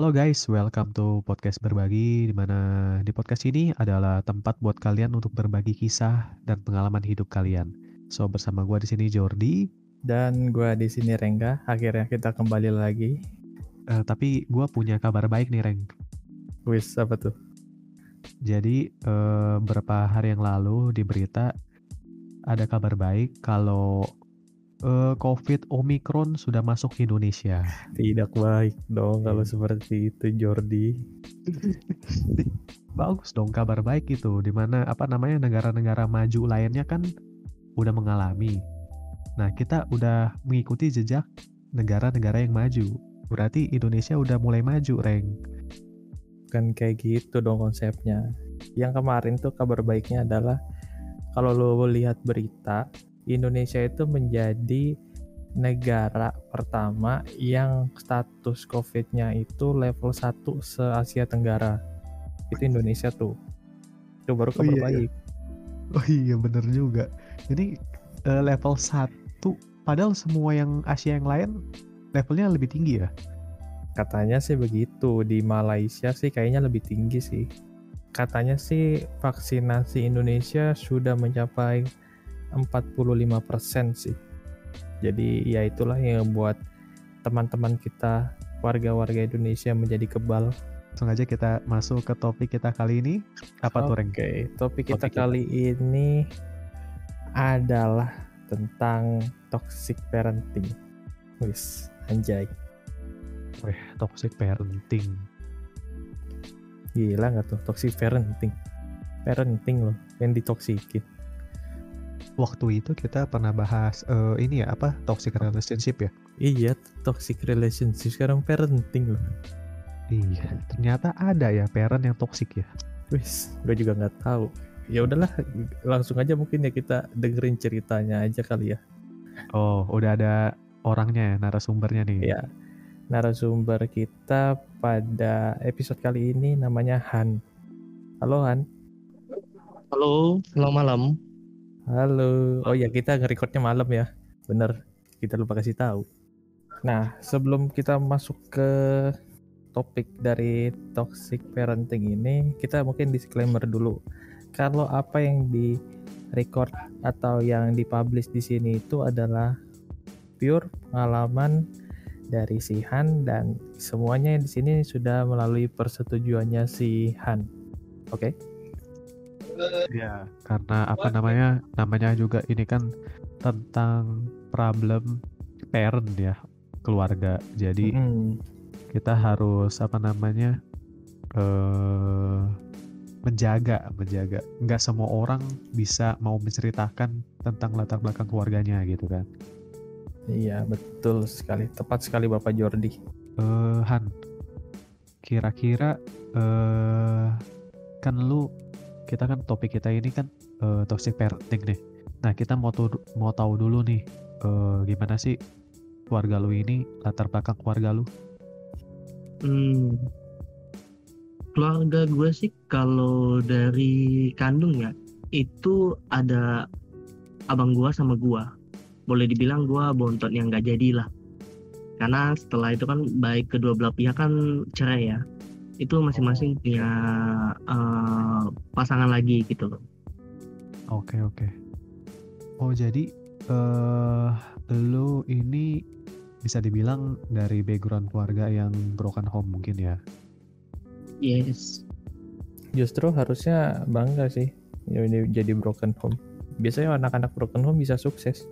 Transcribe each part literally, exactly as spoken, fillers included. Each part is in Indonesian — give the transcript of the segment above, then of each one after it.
Halo guys, welcome to podcast berbagi, di mana di podcast ini adalah tempat buat kalian untuk berbagi kisah dan pengalaman hidup kalian. So bersama gua di sini Jordi, Dan gue di sini Rengga. Akhirnya kita kembali lagi. eh, tapi gua punya kabar baik nih Reng. Wis apa tuh? Jadi eh, beberapa hari yang lalu di berita ada kabar baik kalau eh, COVID Omicron sudah masuk Indonesia. Tidak baik dong kalau Hmm. seperti itu, Jordi. Bagus dong kabar baik itu, dimana apa namanya negara-negara maju lainnya kan udah mengalami. Nah kita udah mengikuti jejak negara-negara yang maju. Berarti Indonesia udah mulai maju, Reng. Kan kayak gitu dong konsepnya. Yang kemarin tuh kabar baiknya adalah kalau lo lihat berita, Indonesia itu menjadi negara pertama yang status COVID-nya itu level satu se-Asia Tenggara. Itu Indonesia tuh. Itu baru Oh kabar iya, iya. baik. Oh iya bener juga. Ini eh, level satu, padahal semua yang Asia yang lain levelnya lebih tinggi ya. Katanya sih begitu. Di Malaysia sih kayaknya lebih tinggi sih. Katanya sih vaksinasi Indonesia sudah mencapai empat puluh lima persen sih. Jadi ya itulah yang membuat teman-teman kita, warga-warga Indonesia menjadi kebal. Langsung aja kita masuk ke topik kita kali ini. Apa tuh, Reng? Oke, topik kita Topik kita. kali ini adalah tentang toxic parenting. Wis, anjay. Weh, toxic parenting. Gila nggak tuh toxic parenting? Parenting loh yang ditoksikin. Waktu itu kita pernah bahas eh, ini ya apa toxic relationship ya. Iya, toxic relationship sekarang parenting loh. Iya, ternyata ada ya parent yang toxic ya. Wis, gue juga nggak tahu. Ya udahlah, langsung aja mungkin ya kita dengerin ceritanya aja kali ya. Oh, udah ada orangnya ya, narasumbernya nih. Ya, narasumber kita pada episode kali ini namanya Han. Halo Han. Halo, selamat malam. Halo. Oh ya, kita nge-recordnya malam ya. Bener, kita lupa kasih tahu. Nah, sebelum kita masuk ke topik dari toxic parenting ini, kita mungkin disclaimer dulu. Kalau apa yang di record atau yang dipublish di sini itu adalah pure pengalaman dari si Han dan semuanya di sini sudah melalui persetujuannya si Han. Oke? Okay? Ya, karena apa namanya? Namanya juga ini kan tentang problem parent ya, keluarga. Jadi Mm-hmm. kita harus apa namanya? eh menjaga, menjaga. Nggak semua orang bisa mau menceritakan tentang latar belakang keluarganya gitu kan. Iya, betul sekali. Tepat sekali Bapak Jordi. Eh Han, kira-kira eh kan lu kita kan topik kita ini kan uh, toxic parenting nih. Nah kita mau tuh mau tahu dulu nih uh, gimana sih keluarga lu ini, latar belakang keluarga lu? Hmm, keluarga gue sih kalau dari kandung ya itu ada abang gue sama gue. Boleh dibilang gue bontot yang nggak jadi lah. Karena setelah itu kan baik kedua belah pihak kan cerai ya. Itu masing-masing punya uh, pasangan lagi gitu loh. Oke oke. Oh jadi uh, lu ini bisa dibilang dari background keluarga yang broken home mungkin ya? Yes. Justru harusnya bangga sih ya ini jadi broken home. Biasanya anak-anak broken home bisa sukses.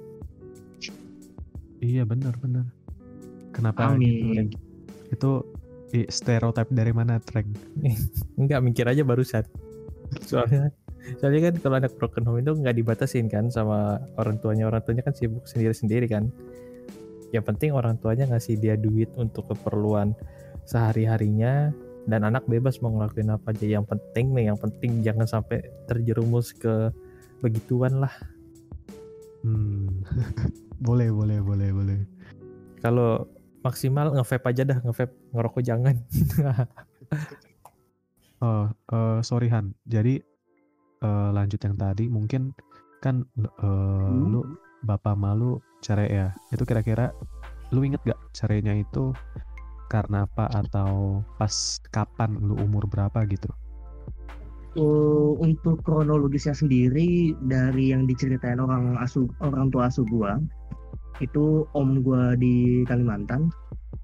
Iya benar-benar. Kenapa Amin. gitu? Reng? Itu i, stereotip dari mana, Treng? Enggak, mikir aja barusan. Soalnya soalnya kan kalau anak broken home itu nggak dibatasin kan sama orang tuanya. Orang tuanya kan sibuk sendiri-sendiri kan. Yang penting orang tuanya ngasih dia duit untuk keperluan sehari-harinya dan anak bebas mau ngelakuin apa aja. Yang penting nih, yang penting jangan sampai terjerumus ke begituan lah. Hmm. boleh, boleh, boleh, boleh. Kalau maksimal nge-vape aja dah, nge-vape, ngerokok jangan. Oh, uh, sorry Han. Jadi uh, lanjut yang tadi mungkin kan uh, hmm. lu bapak malu cerai ya. Itu kira-kira lu inget gak cerainya itu karena apa atau pas kapan lu umur berapa gitu? Uh, untuk kronologisnya sendiri dari yang diceritain orang asuh orang tua asuh gua, itu om gua di Kalimantan.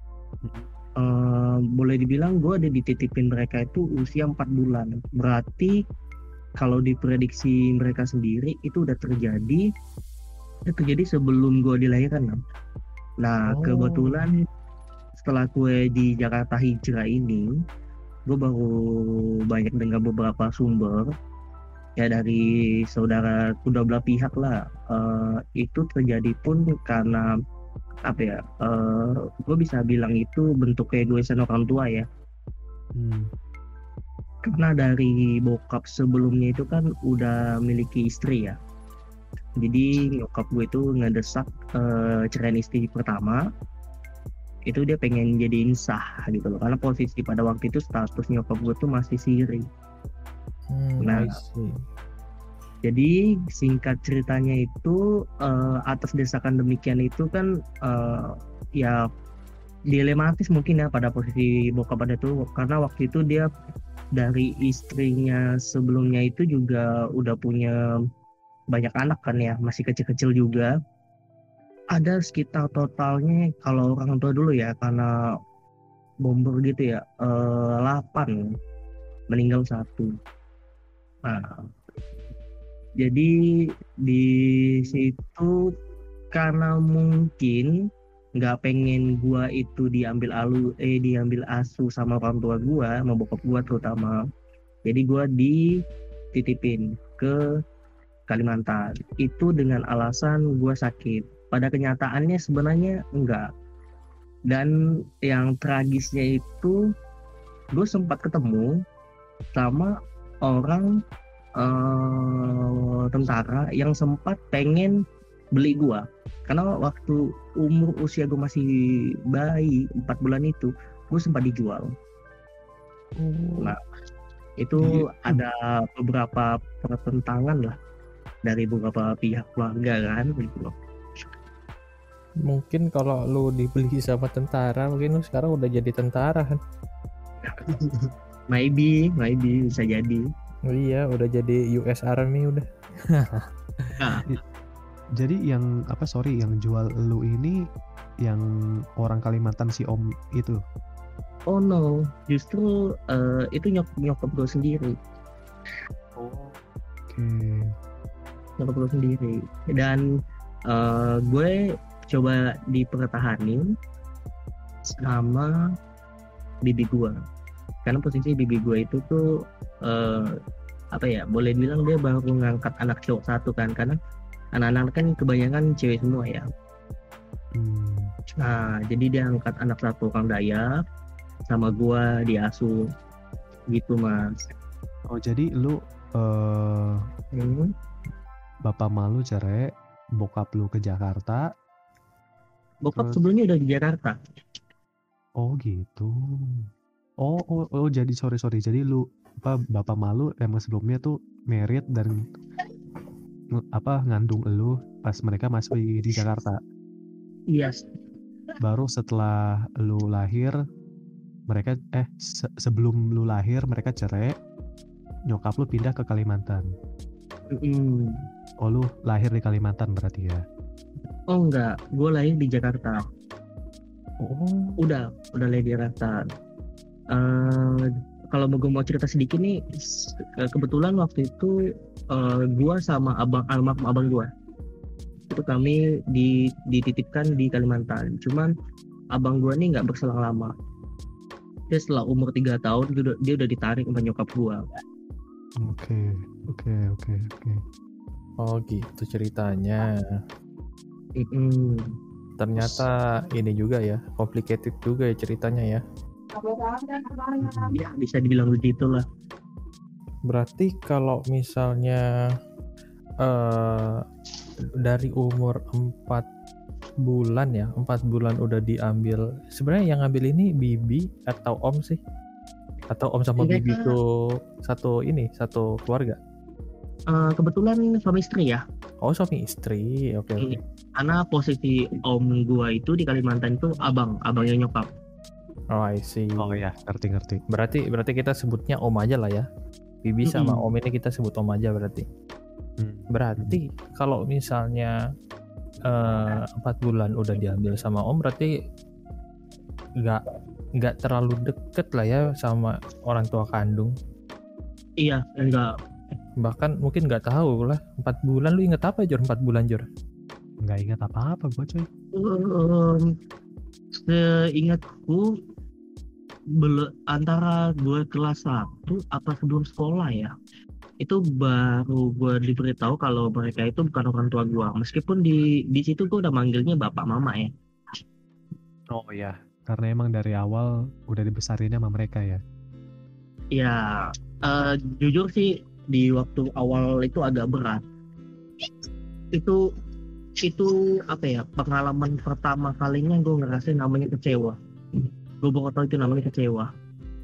Uh, boleh dibilang gua ada dititipin mereka itu usia empat bulan. Berarti kalau diprediksi mereka sendiri itu udah terjadi udah terjadi sebelum gua dilahirkan. Nah, Oh. kebetulan setelah gue di Jakarta hijrah ini, gue baru banyak dengar beberapa sumber ya dari saudara kedua belah pihak lah, uh, itu terjadi pun karena apa ya, uh, gue bisa bilang itu bentuk keegoisan orang tua ya. Hmm. Karena dari bokap sebelumnya itu kan udah miliki istri ya, jadi nyokap gue itu ngedesak uh, ceraiin istri pertama itu dia pengen jadiin sah gitu loh, karena posisi pada waktu itu status nyokap gue tuh masih siri. Hmm, Nah, I see. jadi singkat ceritanya itu uh, atas desakan demikian itu kan uh, ya dilematis mungkin ya pada posisi bokap pada itu, karena waktu itu dia dari istrinya sebelumnya itu juga udah punya banyak anak kan ya, masih kecil-kecil juga. Ada sekitar totalnya kalau orang tua dulu ya, karena bomber gitu ya, eh, delapan, meninggal satu. Nah, jadi di situ karena mungkin nggak pengen gua itu diambil alu eh diambil asuh sama orang tua gua, sama bokap gua terutama. Jadi gua dititipin ke Kalimantan itu dengan alasan gua sakit. Pada kenyataannya sebenarnya enggak. Dan yang tragisnya itu gue sempat ketemu sama orang uh, tentara yang sempat pengen beli gue. Karena waktu umur usia gue masih bayi empat bulan itu, gue sempat dijual. Nah, itu ada beberapa pertentangan lah dari beberapa pihak keluarga kan gitu loh. Mungkin kalau lu dibeli sama tentara, mungkin lu sekarang udah jadi tentara kan? Maybe, maybe bisa jadi. Oh iya, udah jadi U S Army udah. Nah, Jadi yang apa sorry yang jual lu ini yang orang Kalimantan si om itu? oh no, justru uh, itu nyok nyokap gue sendiri, Oke. nyokap gue sendiri. Dan uh, gue coba dipertahanin sama bibi gue, karena posisi bibi gue itu tuh uh, apa ya, boleh bilang dia baru ngangkat anak cowok satu kan, karena anak-anak kan kebanyakan cewek semua ya. Hmm. Nah, jadi dia angkat anak satu orang Dayak, sama gue diasuh gitu mas. Oh jadi lu uh, hmm. bapak malu cerai, bokap lu ke Jakarta. Bokap Terus? sebelumnya udah di Jakarta. Oh gitu. Oh, oh, oh jadi sorry sorry. Jadi lu apa bapak malu emang sebelumnya tuh married dan nge- apa ngandung lu pas mereka masih di Jakarta. Yes. Baru setelah lu lahir mereka eh se- sebelum lu lahir mereka cerai. Nyokap lu pindah ke Kalimantan. Mm. Oh lu lahir di Kalimantan berarti ya? Oh enggak, gue lahir di Jakarta. Oh. Udah, udah lahir di Jakarta. Uh, kalau gue mau cerita sedikit nih, s- kebetulan waktu itu uh, gue sama abang almarhum abang gue itu kami di, dititipkan di Kalimantan. Cuman abang gue nih nggak berselang lama. Dia setelah umur tiga tahun dia udah, dia udah ditarik sama nyokap gue. Oke, oke, oke, oke. Oh gitu ceritanya. Mm-mm. Ternyata ini juga ya, complicated juga ya ceritanya ya. Ya bisa dibilang begitu lah. Berarti kalau misalnya eh dari umur empat bulan ya, empat bulan udah diambil. Sebenarnya yang ngambil ini bibi atau om sih? Atau om sama Mereka- bibi tuh satu ini, satu keluarga? Uh, kebetulan suami istri ya. Oh suami istri, oke oke. Karena posisi om gua itu di Kalimantan itu abang, abangnya nyokap. Oh, I see. Oh ya, ngerti-ngerti. Berarti berarti kita sebutnya Om aja lah ya. Bibi sama Mm-mm. Om ini kita sebut Om aja berarti. Hmm. Berarti kalau misalnya eh, empat bulan udah diambil sama Om, berarti nggak nggak terlalu deket lah ya sama orang tua kandung. Iya, enggak. Bahkan mungkin nggak tahu lah empat bulan. Lu inget apa Jor empat bulan Jor? Nggak ingat apa-apa gue coy. Um, seingatku bele- antara gue kelas satu apa sebelum sekolah ya, itu baru gue diberitahu kalau mereka itu bukan orang tua gue. Meskipun di di situ gue udah manggilnya bapak mama ya. Oh ya, karena emang dari awal udah dibesarinnya sama mereka ya. Ya, eh, jujur sih di waktu awal itu agak berat. Itu itu apa ya, pengalaman pertama kalinya gue ngerasain namanya kecewa. Gue baru tahu itu namanya kecewa.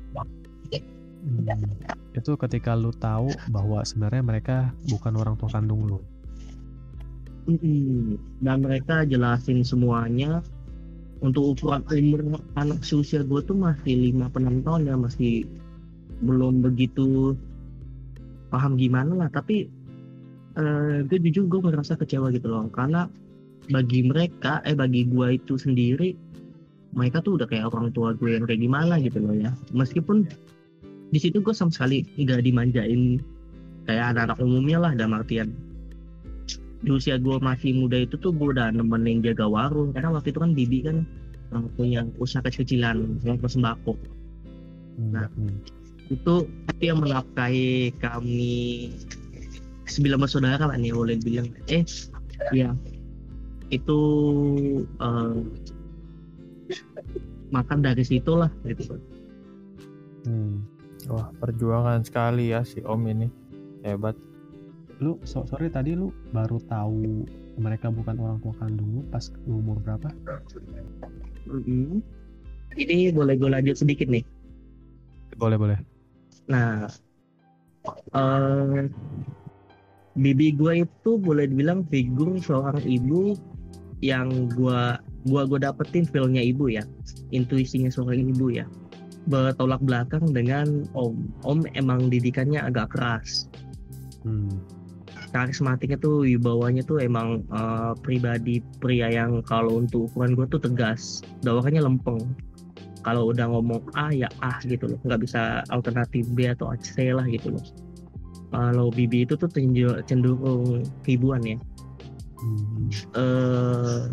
Hmm. Itu ketika lu tahu bahwa sebenarnya mereka bukan orang tua kandung lu. Mm-mm. Dan mereka jelasin semuanya. Untuk ukuran umur anak seusia gue tuh masih lima enam tahun ya, masih belum begitu paham gimana lah. Tapi eh, gue jujur gue merasa kecewa gitu loh, karena bagi mereka eh bagi gue itu sendiri, mereka tuh udah kayak orang tua gue yang kayak gimana gitu loh ya. Meskipun di situ gue sama sekali nggak dimanjain kayak anak-anak umumnya lah, dalam artian di usia gue masih muda itu tuh gue udah nemenin jaga warung, karena waktu itu kan bibi kan uh, punya usaha kecil-kecilan jual sembako. Hmm. Nah. Hmm. Itu itu yang menafkahi kami sembilan bersaudara lah nih boleh bilang. Eh ya itu uh, makan dari situ lah gitu. Hmm. Wah, perjuangan sekali ya si Om ini. Hebat. Lu so, sorry tadi lu baru tahu mereka bukan orang tua kandung lu pas umur berapa? Mm-hmm. Ini boleh gue lanjut sedikit nih. Boleh boleh. Nah, uh, bibi gue itu boleh dibilang figur seorang ibu yang gue gua gue dapetin feel-nya ibu ya, intuisinya seorang ibu ya. Bertolak belakang dengan Om. Om emang didikannya agak keras. Hmm. Karismatiknya tuh, wibawanya tuh emang uh, pribadi pria yang kalau untuk ukuran gue tuh tegas, dawakannya lempeng. Kalau udah ngomong A ya A gitu loh, nggak bisa alternatif B atau C lah gitu loh. Kalau bibi itu tuh cenderung keibuan ya. Hmm. Uh,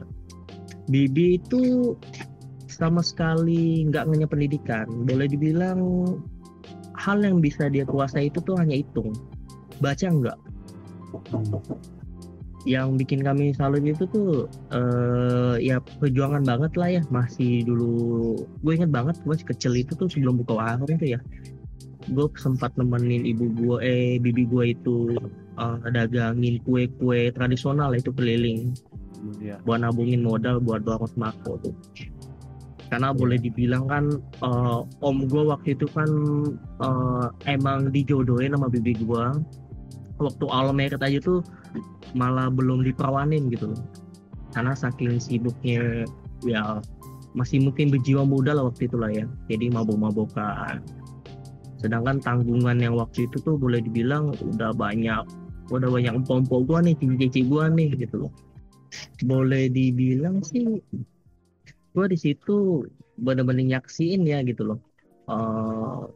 bibi itu sama sekali nggak punya pendidikan. Boleh dibilang hal yang bisa dia kuasai itu tuh hanya hitung, baca enggak. Hmm. Yang bikin kami salut itu tuh uh, ya perjuangan banget lah ya. Masih dulu gue inget banget, gue masih kecil itu tuh sebelum buka warung tuh ya, gue sempat nemenin ibu gue eh bibi gue itu uh, dagangin kue-kue tradisional itu keliling. Yeah. Buat nabungin modal buat warung sembako tuh. Karena yeah. boleh dibilang kan uh, om gue waktu itu kan uh, emang dijodohin sama bibi gue. Waktu awal merit aja tuh malah belum diperawanin gitu loh, karena saking sibuknya ya, masih mungkin berjiwa muda lah waktu itu lah ya, jadi mabok-mabokan. Sedangkan tanggungan yang waktu itu tuh boleh dibilang udah banyak udah banyak empok-empok gua nih, cici-cici gua nih gitu loh. Boleh dibilang sih gua di situ bener-bener nyaksiin ya gitu loh. uh,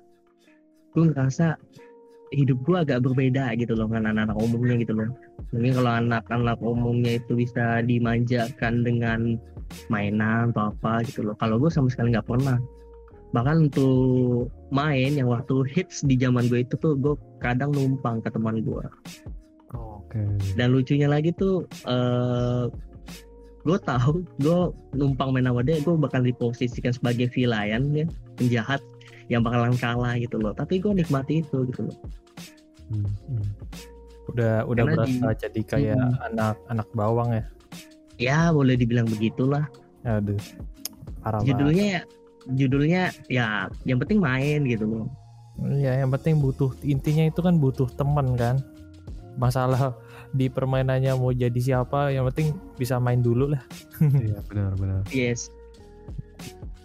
gua ngerasa hidup gue agak berbeda gitu loh dengan anak-anak umumnya gitu loh. Mungkin kalau anak-anak umumnya itu bisa dimanjakan dengan mainan atau apa gitu loh, kalau gue sama sekali nggak pernah. Bahkan untuk main yang waktu hits di zaman gue itu tuh gue kadang numpang ke teman gue. Oh, oke. Okay. Dan lucunya lagi tuh uh, gue tahu gue numpang main sama dia, gue bakal diposisikan sebagai villain ya, penjahat yang bakalan kalah gitu loh, tapi gue nikmati itu gitu loh. Hmm, hmm. Udah udah Karena berasa di, jadi kayak hmm. anak anak bawang ya. Ya boleh dibilang begitulah. Aduh, parah judulnya banget. Judulnya ya yang penting main gitu loh. Iya, yang penting butuh, intinya itu kan butuh teman kan. Masalah di permainannya mau jadi siapa, yang penting bisa main dulu lah. Iya benar benar. Yes.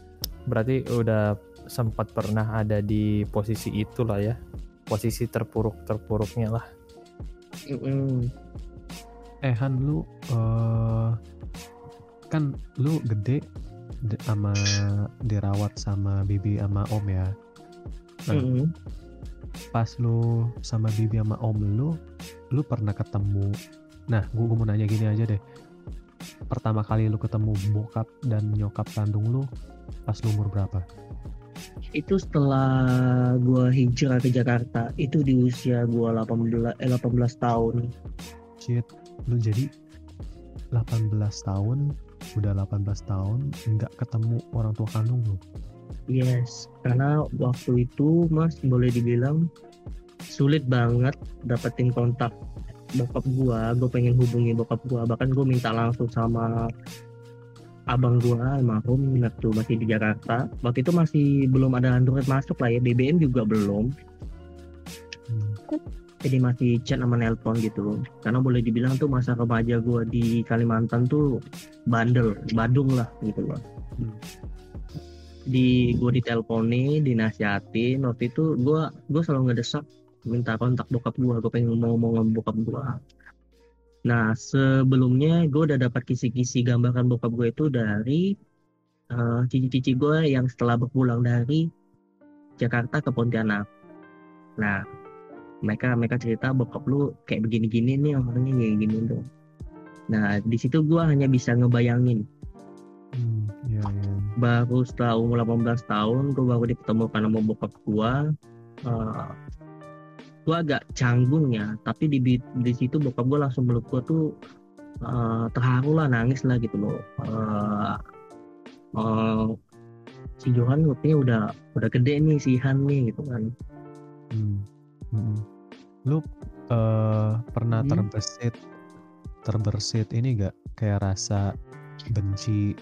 Berarti udah sempat pernah ada di posisi itu lah ya, posisi terpuruk-terpuruknya lah. Mm-mm. Eh Han, lu eh kan lu gede de- sama dirawat sama bibi sama om ya. Nah, Mm-mm. pas lu sama bibi sama om lu, lu pernah ketemu. Nah, gua, gua mau nanya gini aja deh. Pertama kali lu ketemu bokap dan nyokap kandung lu pas lu umur berapa? Itu setelah gua hijrah ke Jakarta, itu di usia gua delapan belas eh, delapan belas tahun. Shit, lu jadi delapan belas tahun, udah delapan belas tahun nggak ketemu orang tua kandung lu. Yes, karena waktu itu Mas boleh dibilang sulit banget dapetin kontak bokap gua. Gua pengen hubungi bokap gua, bahkan gua minta langsung sama abang gua almarhum waktu masih di Jakarta. Waktu itu masih belum ada Android masuk lah ya, B B M juga belum. Hmm. Jadi masih chat sama nelpon gitu. Karena boleh dibilang tuh masa remaja gua di Kalimantan tuh bandel, badung lah gitu loh. Hmm. Di gue diteleponin, dinasihatin. Waktu itu gue gue selalu ngedesak minta kontak bokap gue, gue pengen ngomong sama bokap gue. Nah sebelumnya gue udah dapat kisi-kisi gambaran bokap gue itu dari uh, cici-cici gue yang setelah berpulang dari Jakarta ke Pontianak. Nah mereka mereka cerita bokap lu kayak begini-gini nih orangnya kayak gini tuh. Nah di situ gue hanya bisa ngebayangin. Hmm, ya, ya. Baru setelah umur delapan belas tahun gue baru diketemukan sama bokap gue. Uh, gue agak canggung ya, tapi di di situ bokap gue langsung meluk gue tuh uh, terharu lah, nangis lah gitu loh. Uh, uh, si Johan rupanya udah udah gede nih si Han nih gitu kan. Hmm. Hmm. Lu uh, pernah Hmm. terbersit terbersit ini gak kayak rasa benci?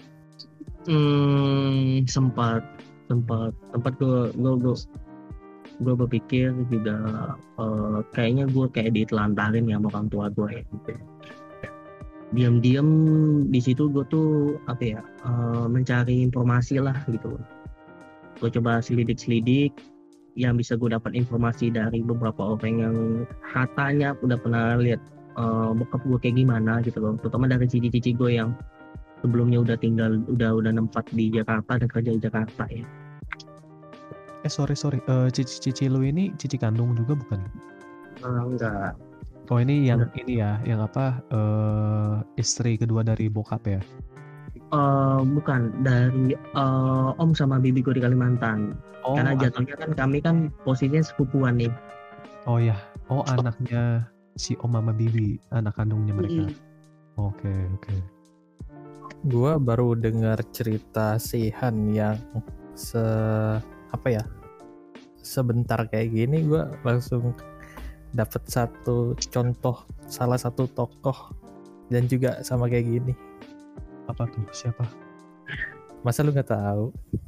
Hmm, sempat sempat sempat gue gue gue gue berpikir juga uh, kayaknya gue kayak ditelantarin ya sama orang tua gue ya gitu. Diam-diam di situ gue tuh apa ya uh, mencari informasi lah gitu. Gue coba selidik-selidik yang bisa gue dapat informasi dari beberapa orang yang katanya udah pernah lihat uh, bokap gue kayak gimana gitu loh, terutama dari cici-cici gue yang sebelumnya udah tinggal udah udah nempat di Jakarta dan kerja di Jakarta ya. Eh sorry sorry, uh, cici-cici lu ini cici kandung juga bukan? Uh, enggak. Oh ini yang Enggak. ini ya, yang apa uh, istri kedua dari bokap ya? Uh, bukan, dari uh, om sama bibi gue di Kalimantan. Oh, Karena anak- jatuhnya kan kami kan posisinya sepupuan nih. oh ya, oh anaknya si om sama bibi, anak kandungnya mereka. Mm. Oke oke. Gua baru dengar cerita si Han yang se apa ya sebentar kayak gini, gua langsung dapat satu contoh salah satu tokoh dan juga sama kayak gini. Apa tuh? Siapa? Masa lu nggak tahu?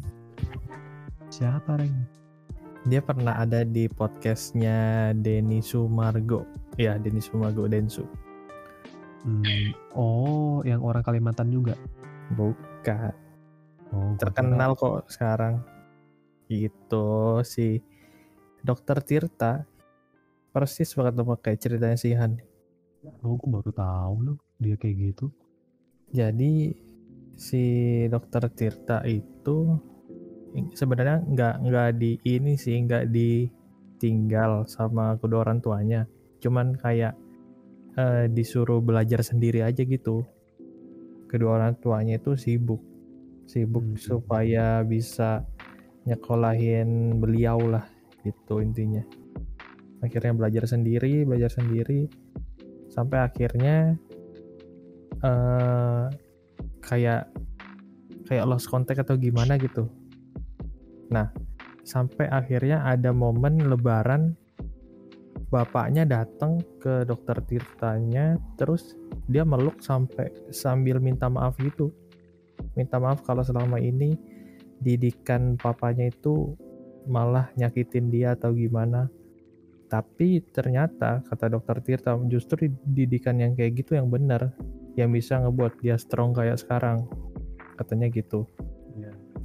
Siapa Reng? Dia pernah ada di podcastnya Denny Sumargo. Ya, Denny Sumargo Densu. Hmm. Oh, yang orang Kalimantan juga. Bukan. Oh, gua Terkenal kok sekarang. Gitu si Dokter Tirta. Persis banget sama kayak ceritanya si Han. kira- Oh, gua baru tahu loh dia kayak gitu. Jadi si Dokter Tirta itu sebenarnya nggak nggak di ini sih nggak ditinggal sama kedua orang tuanya, cuman kayak eh, disuruh belajar sendiri aja gitu. Kedua orang tuanya itu sibuk sibuk Hmm. supaya bisa nyekolahin beliau lah gitu intinya. Akhirnya belajar sendiri belajar sendiri sampai akhirnya eh, kayak kayak lost contact atau gimana gitu. Nah, sampai akhirnya ada momen lebaran bapaknya datang ke dokter Tirtanya, terus dia meluk sampai sambil minta maaf gitu. Minta maaf kalau selama ini didikan papanya itu malah nyakitin dia atau gimana. Tapi ternyata kata dokter Tirta justru didikan yang kayak gitu yang benar, yang bisa ngebuat dia strong kayak sekarang. Katanya gitu. Ya.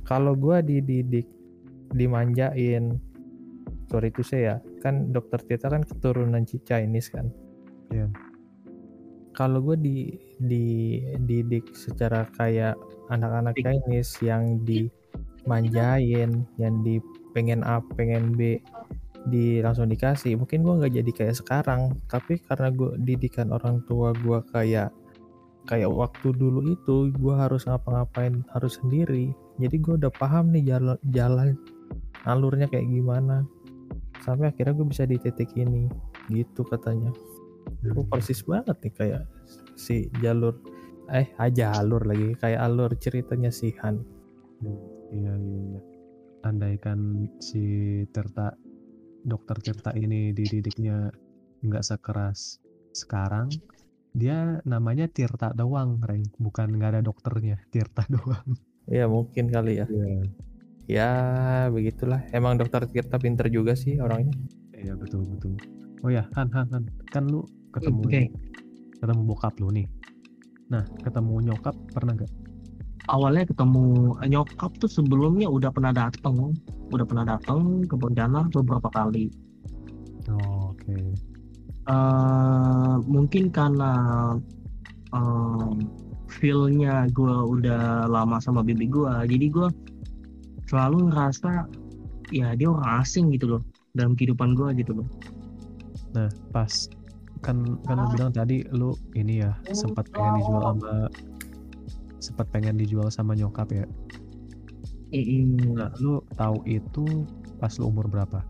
kalau gue dididik dimanjain, sorry itu saya kan dokter Tirta kan keturunan Chinese kan. Iya. Kalau gue di dididik secara kayak anak-anak Chinese yang dimanjain, yang di pengen A pengen B di langsung dikasih, mungkin gue nggak jadi kayak sekarang. Tapi karena gue didikan orang tua gue kayak kayak waktu dulu itu gue harus ngapa-ngapain harus sendiri, jadi gue udah paham nih jalan jalan alurnya kayak gimana, sampai akhirnya gue bisa di titik ini gitu katanya. Oh, persis banget nih kayak si jalur eh aja alur lagi kayak alur ceritanya si Han. Hmm, iya iya iya. Andaikan si Tirta, dokter Tirta ini dididiknya nggak sekeras sekarang, dia namanya Tirta doang, Reng. Bukan nggak ada dokternya, Tirta doang. Ya mungkin kali ya. Iya. Ya begitulah. Emang dokter Tirta pinter juga sih orangnya. Iya betul betul. Oh ya, Han Han Han, kan lu ketemu Oke. ketemu bokap lu nih. Nah, ketemu nyokap pernah nggak? Awalnya ketemu nyokap tuh sebelumnya udah pernah datang, udah pernah datang ke Pontianak beberapa kali. Oh, oke. Okay. Uh, mungkin karena um, feel-nya gue udah lama sama bibi gue, jadi gue selalu ngerasa ya dia orang asing gitu loh dalam kehidupan gue gitu loh. Nah, pas kan kan lu bilang tadi lu ini ya sempat pengen dijual sama sempat pengen dijual sama nyokap ya. Mm-mm. Nah, lu tahu itu pas lu umur berapa?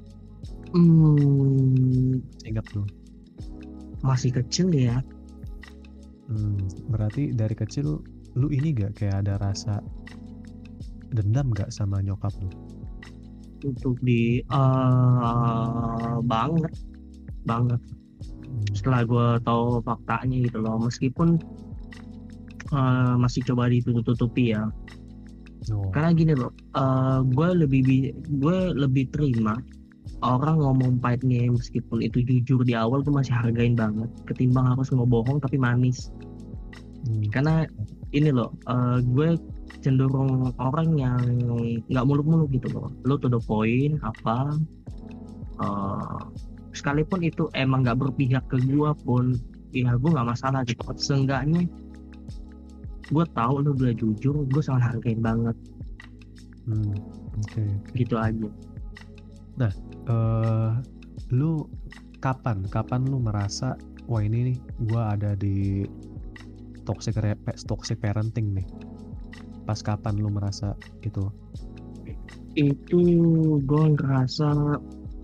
Hmm, Ingat lu? masih kecil ya. Hmm, berarti dari kecil lu ini gak kayak ada rasa dendam gak sama nyokap lu? Untuk di uh, banget banget Hmm. setelah gue tahu faktanya gitu loh, meskipun uh, masih coba ditutup-tutupi ya. Oh. Karena gini loh, uh, gue lebih gue lebih terima orang ngomong pahitnya meskipun itu jujur di awal, gue masih hargain banget ketimbang harus ngebohong tapi manis. Hmm. Karena ini loh, uh, gue cenderung orang yang nggak muluk-muluk gitu loh. Lo to the point apa, uh, sekalipun itu emang nggak berpihak ke gue pun, ya gue nggak masalah gitu. Seenggaknya gue tahu lo udah jujur, gue sangat hargain banget. Hmm. Oke. Okay, okay. Gitu aja. Nah, uh, lu kapan kapan lu merasa wah ini nih gue ada di toxic toxic parenting nih? Pas kapan lu merasa itu? Itu gue ngerasa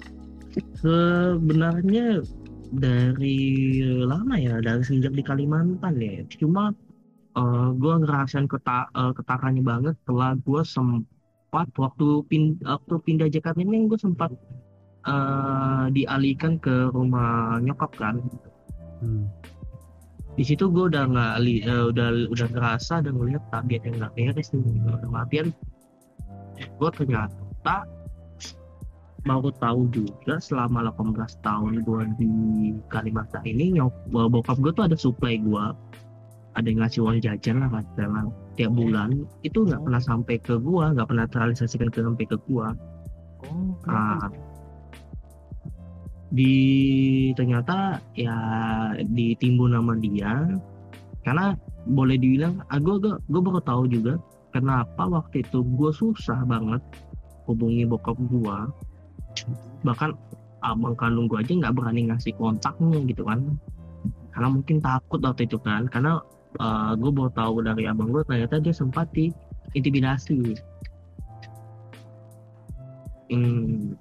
sebenarnya dari lama ya, dari sejak di Kalimantan ya. Cuma uh, gue ngerasain keta uh, ketakannya banget setelah gue sempat waktu pin waktu pindah Jakarta ini, gue sempat uh, dialihkan ke rumah nyokap kan. Hmm. Di situ gue udah nggak uh, udah udah ngerasa dan ngeliat tabiat yang nggak beres nih. Artian gue ternyata baru tahu juga selama delapan belas tahun gue di Kalimantan ini, nyok bokap gue tuh ada supply gue, ada yang ngasih uang jajan lah katakanlah tiap bulan, itu nggak pernah sampai ke gue, nggak pernah terrealisasikan ke sampai ke gue. Oh, Nah, di ternyata ya ditimbun nama dia, karena boleh dibilang ah, gue gue gue baru tahu juga kenapa waktu itu gue susah banget hubungi bokap gue. Bahkan abang kandung gue aja nggak berani ngasih kontaknya gitu kan, karena mungkin takut waktu itu kan, karena uh, gue baru tahu dari abang gue ternyata dia sempat diintimidasi. hmm,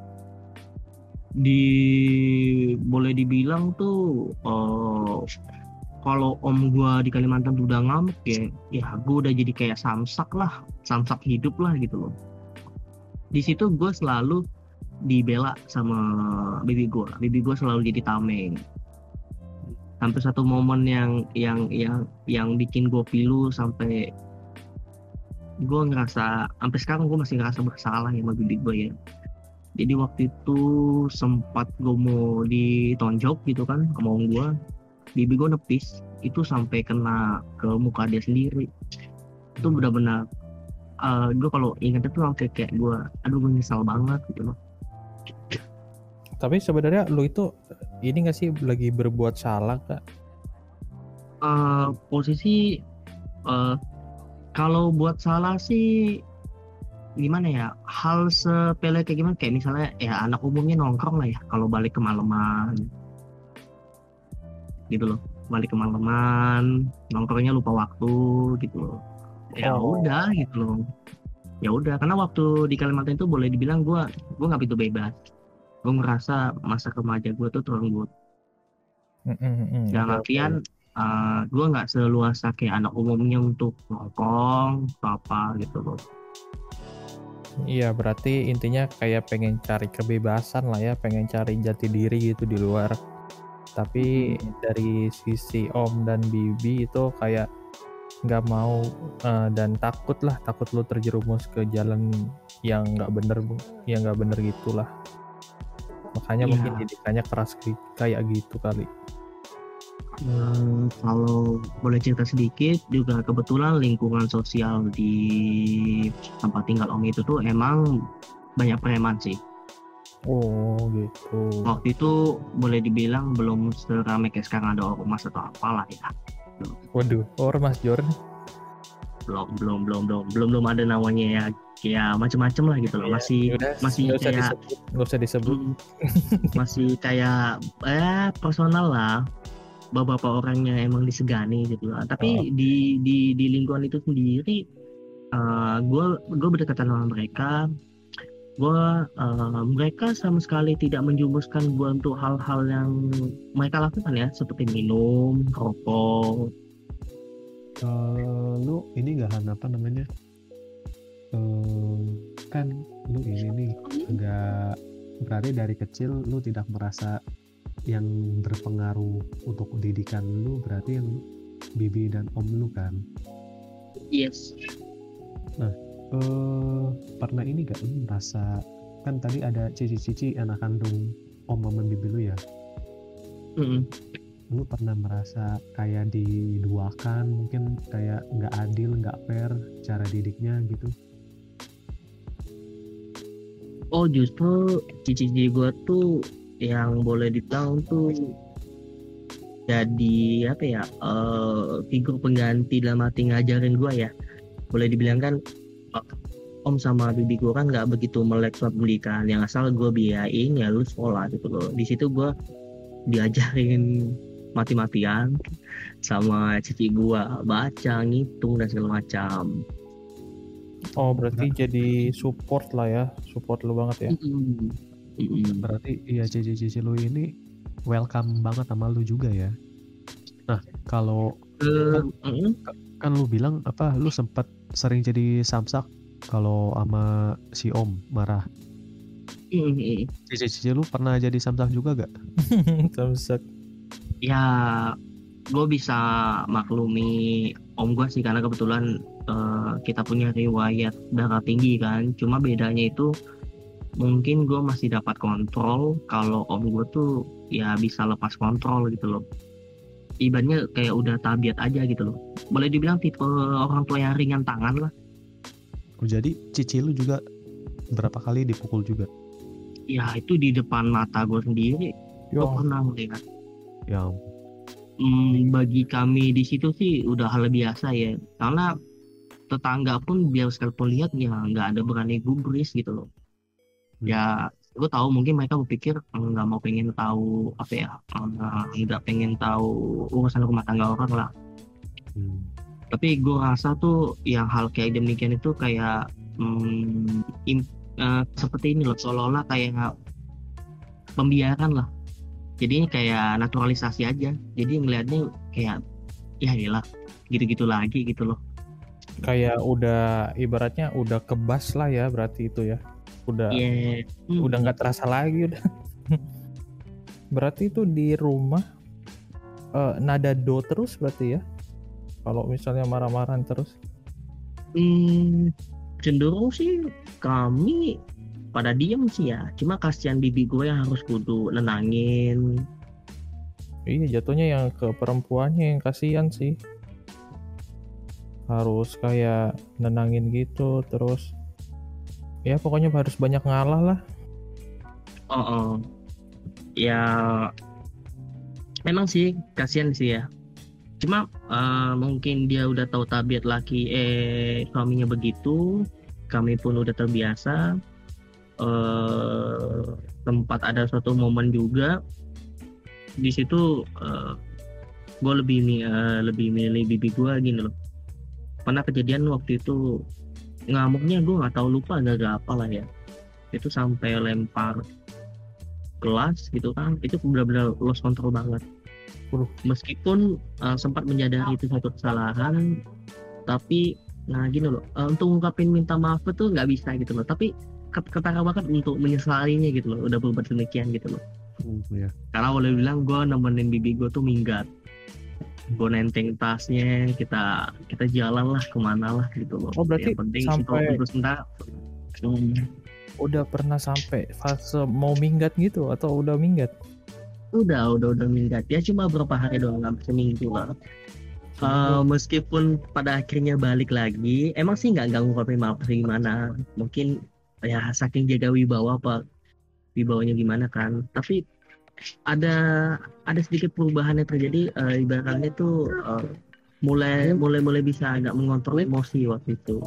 di boleh dibilang tuh uh, kalau om gue di Kalimantan tuh udah ngamuk ya, ya gue udah jadi kayak samsak lah, samsak hidup lah gitu loh. Di situ gue selalu dibela sama bibi gue, bibi gue selalu jadi tameng. Sampai satu momen yang yang yang yang bikin gue pilu, sampai gue ngerasa sampai sekarang gue masih ngerasa bersalah ya sama bibi gue ya. Jadi waktu itu sempat gue mau ditonjok gitu kan sama om gue, bibi gue nepis itu sampai kena ke muka dia sendiri. Itu benar-benar uh, gue kalau inget itu langsung kayak gue, aduh gue nyesal banget gitu loh. Tapi sebenarnya lu itu ini nggak sih lagi berbuat salah kak? Uh, posisi uh, kalau buat salah sih gimana ya, hal sepele kayak gimana, kayak misalnya ya anak umumnya nongkrong lah ya kalau balik ke malaman gitu loh, balik ke malaman nongkrongnya lupa waktu gitu loh, ya Oh. udah gitu loh, ya udah karena waktu di Kalimantan itu boleh dibilang gue gue nggak begitu bebas, gue ngerasa masa remaja gue tuh terenggut. Mm-mm, Dalam oke, artian oke. uh, gue nggak seluasa kayak anak umumnya untuk nongkrong atau apa gitu loh. Iya, berarti intinya kayak pengen cari kebebasan lah ya, pengen cari jati diri gitu di luar. Tapi Mm-mm. dari sisi Om dan Bibi itu kayak nggak mau eh, dan takut lah, takut lu terjerumus ke jalan yang nggak bener, Bu. yang nggak bener gitulah. Makanya Iya. mungkin didikannya keras ki- kayak gitu kali. Hmm, kalau boleh cerita sedikit juga, kebetulan lingkungan sosial di tempat tinggal Om itu tuh emang banyak preman sih. Oh gitu. Waktu itu boleh dibilang belum seramai kayak sekarang ada ormas atau apalah ya. Waduh, ormas Jor. Belum belum belum belum belum belum ada namanya ya, ya macem-macem lah gitu loh. Masih Yaudah, masih nggak usah kayak disebut, nggak usah disebut. mm, masih kayak eh personal lah. Beberapa orangnya emang disegani gitu lah. Tapi Oh. di di di lingkungan itu sendiri, gue gue berdekatan sama mereka. Gue uh, mereka sama sekali tidak menjumuskan gue untuk hal-hal yang mereka lakukan ya, seperti minum, rokok. Uh, lu ini nggak Han, apa namanya? Uh, kan lu ini nih nggak, berarti dari kecil lu tidak merasa yang berpengaruh untuk pendidikan lu, berarti yang Bibi dan Om lu kan? Yes. Nah, uh, pernah ini gak lu merasa, kan tadi ada cici-cici anak kandung Om sama Bibi lu ya? Mm-mm. Lu pernah merasa kayak diduakan, mungkin kayak nggak adil, nggak fair cara didiknya gitu? Oh justru cici-cici gue tuh yang boleh dibilang tuh jadi apa ya, uh, figur pengganti dalam arti ngajarin gue ya. Boleh dibilang kan Om sama Bibi gue kan nggak begitu melek soal pendidikan, yang asal gue biayain ya lu sekolah gitu loh. Di situ gue diajarin mati-matian sama cici gue, baca, ngitung dan segala macam. Oh berarti jadi support lah ya, support lu banget ya. Mm-mm. Mm-mm. Berarti iya cici-cici lu ini welcome banget sama lu juga ya. Nah kalau Uh, kan, mm-mm. kan lu bilang apa, lu sempat sering jadi samsak kalau sama si Om marah. Mm-mm. Cici-cici lu pernah jadi samsak juga gak? Samsak. Ya gue bisa maklumi Om gue sih, karena kebetulan uh, kita punya riwayat darah tinggi kan. Cuma bedanya itu mungkin gue masih dapat kontrol, kalau Om gue tuh ya bisa lepas kontrol gitu loh. Ibaratnya kayak udah tabiat aja gitu loh. Boleh dibilang tipe orang tua yang ringan tangan lah. Oh, jadi cici lu juga berapa kali dipukul juga? Ya itu di depan mata gue sendiri. Gue Yo. pernah melihat. Ya. Hmm, bagi kami di situ sih udah hal biasa ya. Karena tetangga pun biar sekalipun lihat ya nggak ada berani gubris gitu loh. Hmm. Ya gue tahu mungkin mereka berpikir nggak mau pengen tahu apa ya, nggak pengen tahu urusan rumah tangga orang lah. Hmm. Tapi gue rasa tuh yang hal kayak demikian itu kayak hmm, im, uh, seperti ini loh, seolah-olah kayak pembiaran lah. Jadi ini kayak naturalisasi aja. Jadi ngelihatnya kayak ya iyalah gitu-gitu lagi gitu loh. Kayak udah ibaratnya udah kebas lah ya berarti itu ya. Udah Yeah. Hmm. udah nggak terasa lagi udah. Berarti itu di rumah uh, nada do terus berarti ya. Kalau misalnya marah-marahan terus. Hmm, cenderung sih kami pada diem sih ya. Cuma kasihan bibi gue yang harus kudu nenangin. Iya jatuhnya yang ke perempuannya yang kasihan sih. harus kayak nenangin gitu, terus ya pokoknya harus banyak ngalah lah. Oh, oh. Ya memang sih kasihan sih ya. Cuma eh, mungkin dia udah tahu tabiat laki eh suaminya begitu. Kami pun udah terbiasa. Eh tempat ada suatu momen juga di situ eh, gue lebih mi- eh, lebih milih bibi gue gini loh. Pernah kejadian waktu itu ngamuknya gue nggak tahu, lupa gara-gara apa lah ya. Itu sampai lempar gelas gitu kan, itu benar-benar lost control banget. Waduh. Meskipun uh, sempat menyadari itu satu kesalahan, tapi nah gini loh, uh, untuk ngungkapin minta maaf itu nggak bisa gitu loh, tapi ket- ketara banget untuk menyesalinya gitu loh, udah berbuat demikian gitu loh. Hmm, ya. Karena boleh bilang gue nemenin bibi gue tuh minggat, gue nenteng tasnya, kita kita jalan lah kemana lah gitu loh. Oh, berarti yang penting sampai- untuk sebentar. Hmm. Udah pernah sampai fase mau minggat gitu atau udah minggat? udah udah udah minggat ya, cuma berapa hari doang, nggak seminggu lah. Uh, meskipun pada akhirnya balik lagi, emang sih nggak ganggu kopi maaf sih gimana, mungkin ya saking jaga wibawa apa wibawanya gimana kan, tapi ada ada sedikit perubahan yang terjadi, uh, ibaratnya tuh uh, mulai mulai mulai bisa agak mengontrol emosi waktu itu.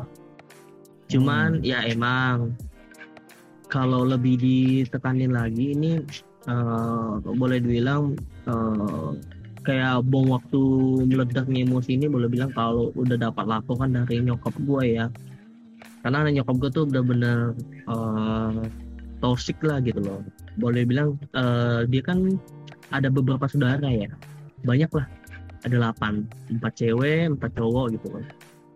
Cuman ya emang kalau lebih ditekanin lagi ini uh, boleh dibilang uh, kayak bom waktu meledaknya emosi ini, boleh bilang kalau udah dapat laporan dari nyokap gue ya, karena nyokap gue tuh bener-bener uh, toxic lah gitu loh. Boleh bilang uh, dia kan ada beberapa saudara ya, banyak lah, ada delapan, empat cewek empat cowok gitu loh.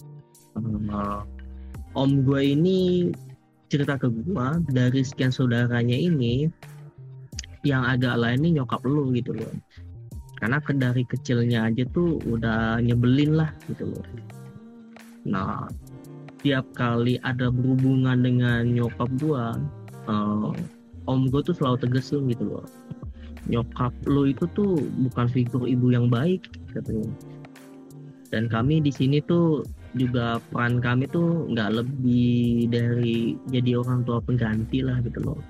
Uh, om gue ini cerita ke gue, dari sekian saudaranya ini yang agak lain nih nyokap lu gitu loh, karena ke dari kecilnya aja tuh udah nyebelin lah gitu loh. Nah tiap kali ada berhubungan dengan nyokap gue, uh, om gue tuh selalu tegesin gitu loh, nyokap lu itu tuh bukan figur ibu yang baik katanya. Dan kami di sini tuh juga peran kami tuh nggak lebih dari jadi orang tua pengganti lah gitu loh.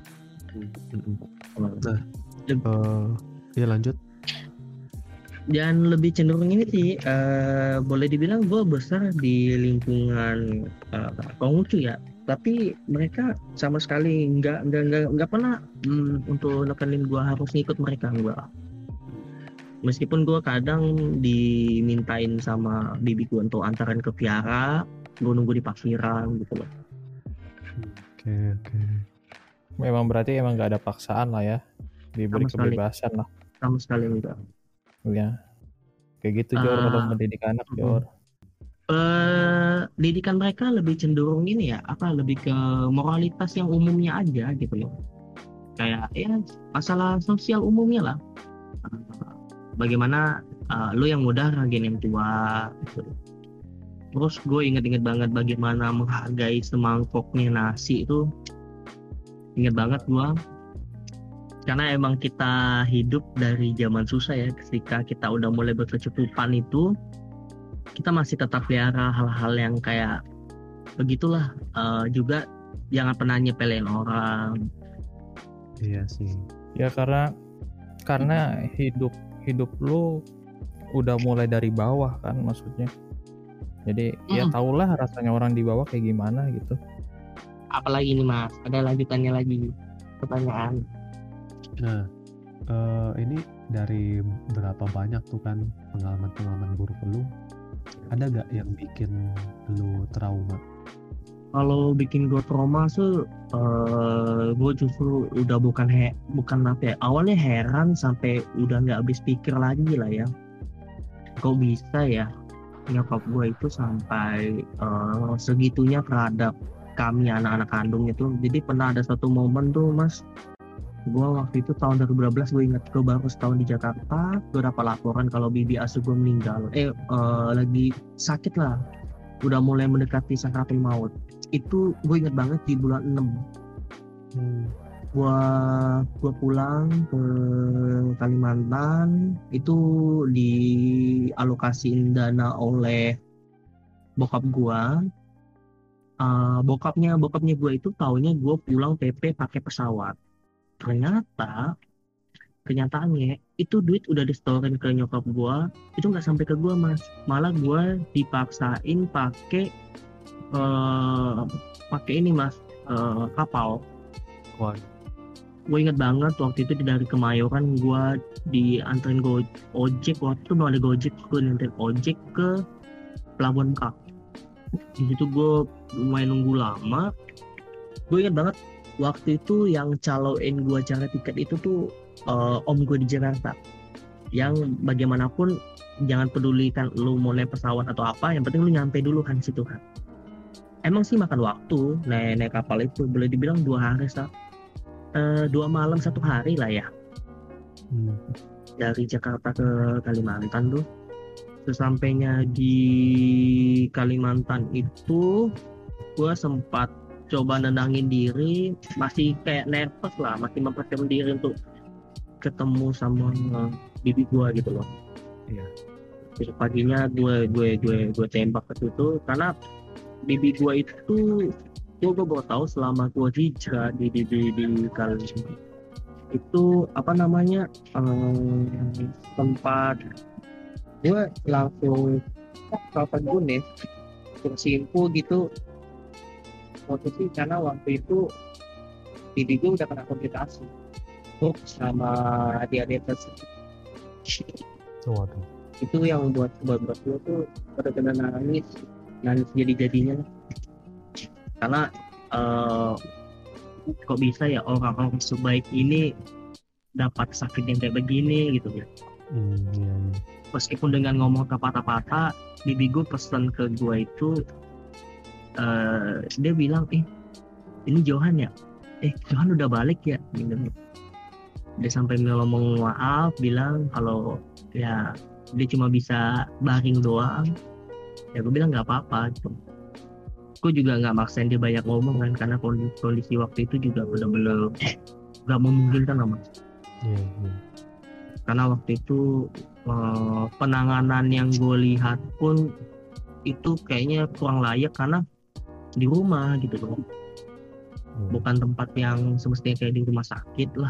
Nah, uh, ya lanjut. Dan lebih cenderung ini sih, uh, boleh dibilang gue besar di lingkungan uh, Konghucu ya, tapi mereka sama sekali nggak nggak nggak nggak pernah mm, untuk nekenin gue harus ngikut mereka, enggak. Meskipun gue kadang dimintain sama bibi gue untuk antarin ke Viara, gue nunggu di parkiran gitu loh. Oke oke. Memang berarti emang nggak ada paksaan lah ya, diberi Sama sekali. kebebasan lah. Sama sekali enggak. Ya, kayak gitu Jor, Ah. kalau mendidik anak Jor. Eh, didikan mereka lebih cenderung ini ya, apa lebih ke moralitas yang umumnya aja gitu loh. Kayak ya masalah sosial umumnya lah. Uh, bagaimana uh, lu yang muda ragin yang tua gitu. Terus gue inget-inget banget bagaimana menghargai semangkoknya nasi itu, inget banget gue. Karena emang kita hidup dari zaman susah ya, ketika kita udah mulai berkecukupan itu kita masih tetap pelihara hal-hal yang kayak begitulah. Uh, juga jangan pernah nyepelin orang. Iya sih. Ya karena karena hidup hidup lu udah mulai dari bawah kan maksudnya. Jadi ya Mm. tahulah rasanya orang di bawah kayak gimana gitu. Apalagi nih mas, ada lanjutannya lagi pertanyaan. Nah, uh, ini dari berapa banyak tuh kan pengalaman-pengalaman buruk lu, ada gak yang bikin lu trauma? Kalau bikin gue trauma tuh, uh, gue justru udah bukan he, bukan apa ya, awalnya heran sampai udah nggak habis pikir lagi lah ya. Kok bisa ya nyokap gue itu sampai uh, segitunya terhadap kami anak-anak kandungnya tuh. Jadi pernah ada satu momen tuh mas, gue waktu itu tahun dua ribu dua belas, gue ingat gue baru setahun di Jakarta, gue dapat laporan kalau bibi asuh gue meninggal, eh uh, lagi sakit lah, udah mulai mendekati sakaratul maut. Itu gue ingat banget di bulan enam. Hmm. Gua gua pulang ke Kalimantan itu dialokasiin dana oleh bokap gua eh, bokapnya bokapnya gua itu taunya gua pulang P P pakai pesawat. Ternyata kenyataannya itu duit udah disetorin ke nyokap gua, itu nggak sampai ke gua mas, malah gua dipaksain pakai eh pakai ini mas, eh, kapal. Wah, Gue inget banget waktu itu dari Kemayoran gue dianterin go ojek, waktu itu belum ada gojek, gue dianterin ojek ke Pelabuhan Merak. Di situ gue lumayan nunggu lama. Gue inget banget waktu itu yang caloin gue cari tiket itu tuh eh, om gue di Jakarta, yang bagaimanapun jangan pedulikan lu mau naik pesawat atau apa, yang penting lu nyampe dulu kan situ kan. Emang sih makan waktu naik naik kapal itu, boleh dibilang dua hari sa eh, dua malam satu hari lah ya, hmm. dari Jakarta ke Kalimantan tuh. Sesampainya di Kalimantan itu gue sempat coba nenangin diri, masih kayak nervous lah, masih mempersiapkan diri untuk ketemu sama bibi gue gitu loh. Iya. Besok paginya gue gue gue gue tembak ke situ, karena bibi gue itu gue gue baru tahu selama gue hijrah di di di, di kali itu apa namanya um, tempat gue langsung kapan gue nih bersimpu gitu waktu sih, karena waktu itu bibi gue udah kena komplikasi tuh sama adik-adik tersebut. Waduh. Itu yang buat buat buat gue tuh benar-benar nangis nangis jadi-jadinya, karena uh, kok bisa ya orang-orang sebaik ini dapat sakit yang kayak begini gitu ya. Hmm, iya, iya. Meskipun dengan ngomong patah-patah, bibi gue pesan ke gue itu, uh, dia bilang, eh ini Johan ya, eh Johan udah balik ya, gitu. Dia sampai ngomong maaf, bilang kalau ya dia cuma bisa baring doang. Ya gue bilang nggak apa-apa gitu. Gue juga nggak maksain dia banyak ngomong kan, karena kondisi, kondisi waktu itu juga benar-benar nggak memungkinkan lah mas. Iya, iya. Karena waktu itu eh, penanganan yang gue lihat pun itu kayaknya kurang layak, karena di rumah gitu loh, Hmm. bukan tempat yang semestinya kayak di rumah sakit lah.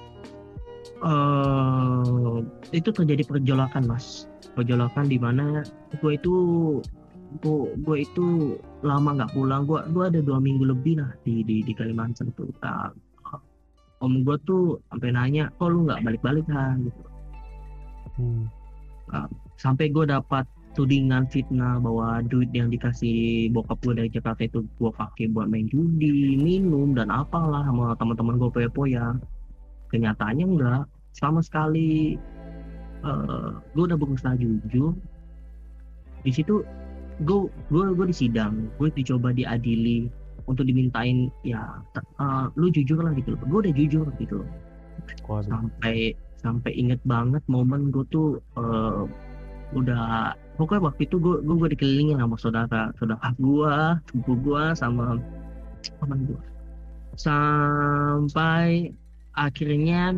Eh, itu terjadi perjolakan mas, perjolakan di mana gue itu gue, gue itu lama nggak pulang. Gue gue ada dua minggu lebih lah di di, di Kalimantan tuh. Nah, om gue tuh sampai nanya, kok lu nggak balik-balik kan gitu. Hmm. Nah, sampai gue dapat tudingan fitnah bahwa duit yang dikasih bokap gue dari Jakarta itu gue pakai buat main judi, minum dan apalah sama teman-teman gue poya-poya. Kenyataannya enggak sama sekali. Uh, gue udah berusaha jujur di situ. gue gue gue di sidang, gue dicoba diadili untuk dimintain ya uh, lu jujur lah gitu loh. Gue udah jujur gitu loh. Waduh. sampai sampai inget banget momen gue tuh uh, udah pokoknya waktu itu gue gue, gue dikelilingin sama saudara saudara gue, sepupu gue, sama teman gue, sampai akhirnya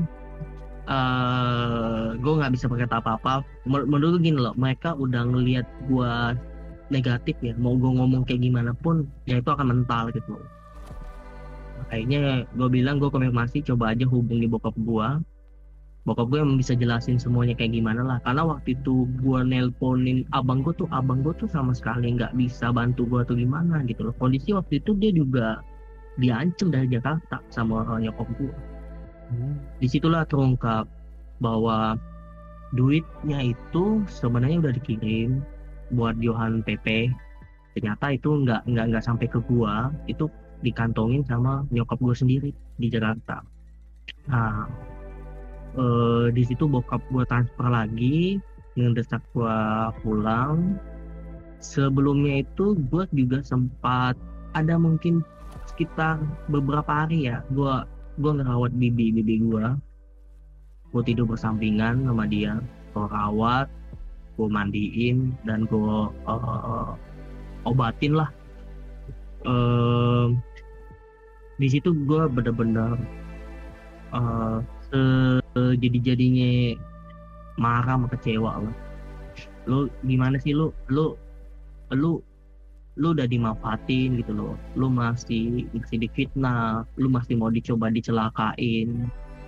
uh, gue nggak bisa berkata apa-apa. Menurut gini loh, mereka udah ngelihat gue negatif ya, mau gue ngomong kayak gimana pun ya itu akan mental gitu. Akhirnya gue bilang, gue konfirmasi, coba aja hubungi bokap gue bokap gue yang bisa jelasin semuanya kayak gimana lah. Karena waktu itu gue nelponin abang gue tuh abang gue tuh sama sekali nggak bisa bantu gue tuh gimana gitu loh. Kondisi waktu itu dia juga diancam dari Jakarta sama nyokap gue. Hmm. Disitulah terungkap bahwa duitnya itu sebenarnya udah dikirim buat Johan P P. Ternyata itu nggak nggak nggak sampai ke gua, itu dikantongin sama nyokap gua sendiri di Jakarta. Nah, eh, di situ bokap gua transfer lagi, ngedesak gua pulang. Sebelumnya itu gua juga sempat ada mungkin sekitar beberapa hari ya, gua gua ngerawat bibi bibi gua. Gua tidur bersampingan sama dia, gua rawat, gue mandiin dan gue uh, obatin lah. Uh, di situ gue bener-bener uh, sejadi-jadinya marah sama kecewa lah. Lu gimana sih lu lu lu lu udah dimanfaatin gitu loh, lu masih masih difitnah, lu masih mau dicoba dicelakain,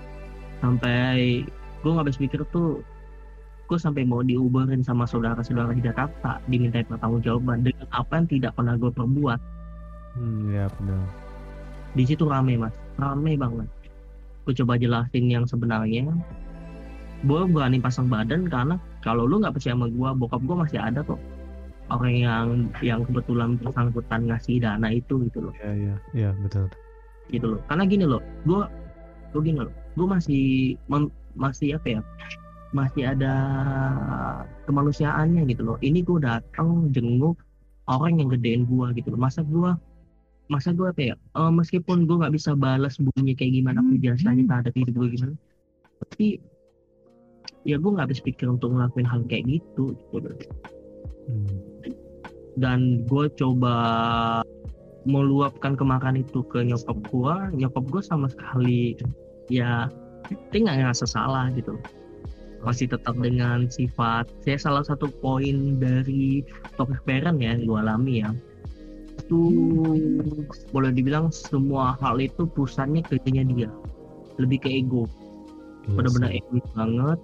sampai gue nggak habis pikir tuh, gue sampai mau diuberin sama saudara-saudara di Jakarta, dimintai pertanggungjawaban dengan apa yang tidak pernah gue perbuat. Hmm, ya benar. Di situ rame mas, rame banget. Gue coba jelasin yang sebenarnya, gue berani pasang badan karena kalau lu nggak percaya sama gue, bokap gue masih ada kok, orang yang yang kebetulan bersangkutan ngasih dana itu gitu loh. Ya ya ya betul. Gitu loh, karena gini loh, gue gue gini loh, gue masih mem, masih apa ya, masih ada kemanusiaannya gitu loh. Ini gue datang jenguk orang yang gedein gue gitu loh. Masa gue masa gue apa ya, eh, meskipun gue nggak bisa balas bunyi kayak gimana pun jasanya terhadap hidup gue gimana, tapi ya gue nggak habis pikir untuk ngelakuin hal kayak gitu, gitu loh. Hmm. Dan gue coba meluapkan kemarahan itu ke nyokap gue, nyokap gue sama sekali ya dia nggak ngerasa salah gitu loh. Masih tetap dengan sifat, saya salah satu poin dari toxic parent ya yang gue alami ya, itu boleh dibilang semua hal itu pusatnya kerjanya dia, lebih ke ego, Iya benar-benar sih. egois banget.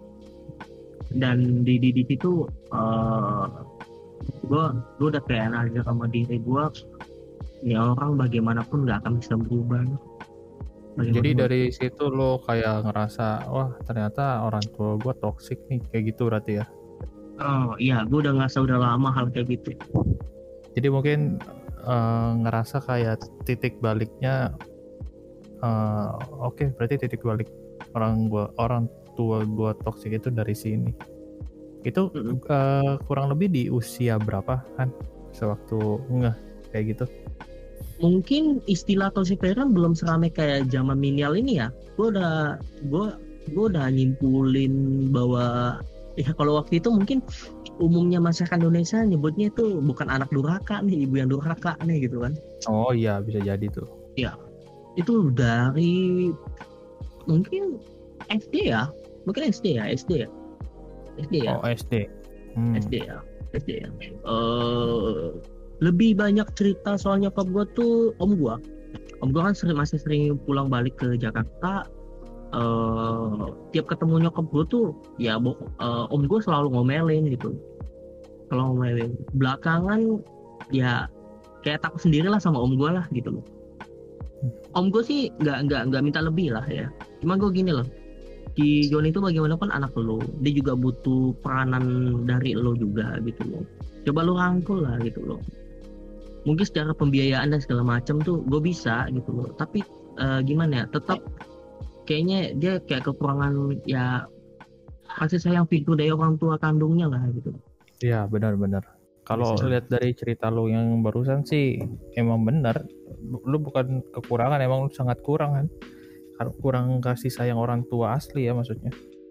Dan di di di situ uh, gue gue udah kayak aja sama diri gue, ini orang bagaimanapun nggak akan bisa berubah. Jadi dari situ lo kayak ngerasa, wah ternyata orang tua gue toksik nih, kayak gitu berarti ya? Oh iya, gue udah ngerasa udah lama hal kayak gitu. Jadi mungkin uh, ngerasa kayak titik baliknya, uh, oke okay, berarti titik balik orang gua orang tua gue toksik itu dari sini. Itu mm-hmm. uh, kurang lebih di usia berapa kan? Sewaktu ngeh kayak gitu. Mungkin istilah toxic parent belum seramai kayak zaman milenial ini ya. Gue udah gue gue udah nyimpulin bahwa ya kalau waktu itu mungkin umumnya masyarakat Indonesia nyebutnya itu bukan anak durhaka nih, ibu yang durhaka nih gitu kan. Oh iya bisa jadi tuh. Ya itu dari mungkin S D ya, mungkin S D ya, S D ya, S D ya. Oh S D. Hmm. S D ya, S D ya. Uh, lebih banyak cerita soal nyokap gue tuh om gue. Om gue kan sering, masih sering pulang balik ke Jakarta. Uh, tiap ketemu nyokap gue tuh ya bo, uh, om gue selalu ngomelin gitu. Kalau ngomelin. Belakangan ya kayak takut sendiri lah sama om gue lah gitu loh. Om gue sih nggak nggak nggak minta lebih lah ya. Cuma gue gini loh. Ki Joni itu bagaimanapun anak lo, dia juga butuh peranan dari lo juga gitu loh. Coba lo rangkul lah gitu loh. Mungkin secara pembiayaan dan segala macam tuh gue bisa gitu loh, tapi uh, gimana ya, tetap kayaknya dia kayak kekurangan ya kasih sayang figur dari orang tua kandungnya lah gitu. Iya benar-benar. Kalau lihat dari cerita lo yang barusan sih emang benar, lo bukan kekurangan, emang lo sangat kurang kan, kurang kasih sayang orang tua asli ya maksudnya.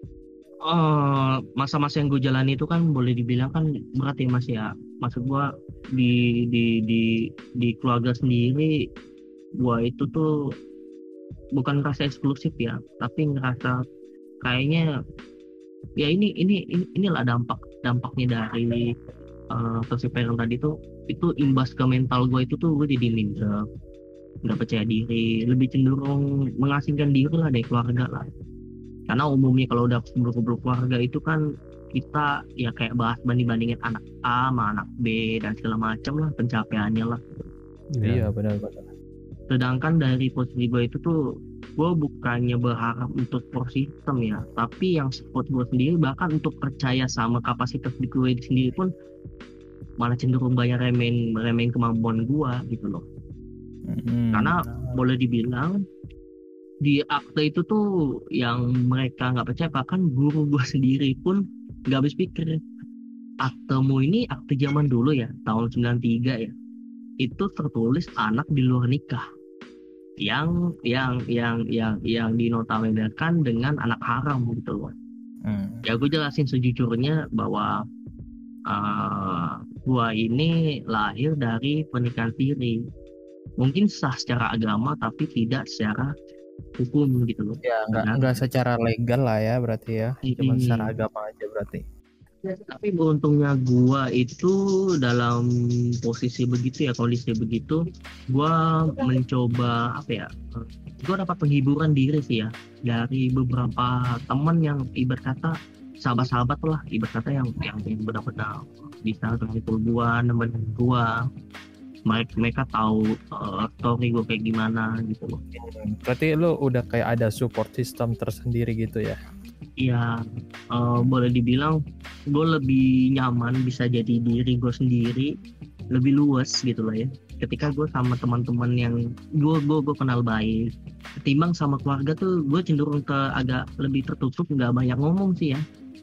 Uh, masa-masa yang gue jalani itu kan boleh dibilang kan berat ya mas ya. Maksud gue di di di di keluarga sendiri gue itu tuh bukan ngerasa eksklusif ya, tapi ngerasa kayaknya ya ini ini, ini inilah dampak dampaknya dari uh, toxic parent tadi tuh, itu imbas ke mental gue itu tuh gue jadi minder, nggak percaya diri, lebih cenderung mengasingkan diri lah dari keluarga lah. Karena umumnya kalau udah kumpul-kumpul keluarga itu kan kita ya kayak bahas banding-bandingin anak A sama anak B dan segala macam lah pencapaiannya lah. Iya benar-benar. Sedangkan dari posisi gue itu tuh gue bukannya berharap untuk support system ya, tapi yang support gue sendiri bahkan untuk percaya sama kapasitas gue sendiri pun malah cenderung banyak remehin remehin kemampuan gue gitu loh. Hmm. Karena boleh dibilang di akte itu tuh yang mereka nggak percaya, bahkan guru gue sendiri pun nggak habis pikir, aktemu ini akte zaman dulu ya tahun sembilan puluh tiga ya, itu tertulis anak di luar nikah yang yang yang yang yang dinotabenakan dengan anak haram gitu loh. hmm. Ya gue jelasin sejujurnya bahwa uh, gue ini lahir dari pernikahan siri, mungkin sah secara agama tapi tidak secara hukum gitu loh. Ya nggak nggak secara legal lah ya berarti ya, cuma hmm. secara agama aja berarti. Tapi beruntungnya gua itu dalam posisi begitu ya, kondisi begitu, gua mencoba apa ya? eh, Gua dapat penghiburan diri sih ya dari beberapa teman yang ibarat kata sahabat-sahabat lah, ibarat kata yang yang yang benar-benar bisa menghibur gua, nemenin gua. Mereka, mereka tahu eh, story gua kayak gimana gitu loh. Hmm, Berarti lu udah kayak ada support system tersendiri gitu ya? Iya, eh, boleh dibilang gue lebih nyaman bisa jadi diri gue sendiri, lebih luas gitu lah ya. Ketika gue sama teman-teman yang gue gue gue kenal baik, ketimbang sama keluarga tuh gue cenderung ke agak lebih tertutup, nggak banyak ngomong sih ya.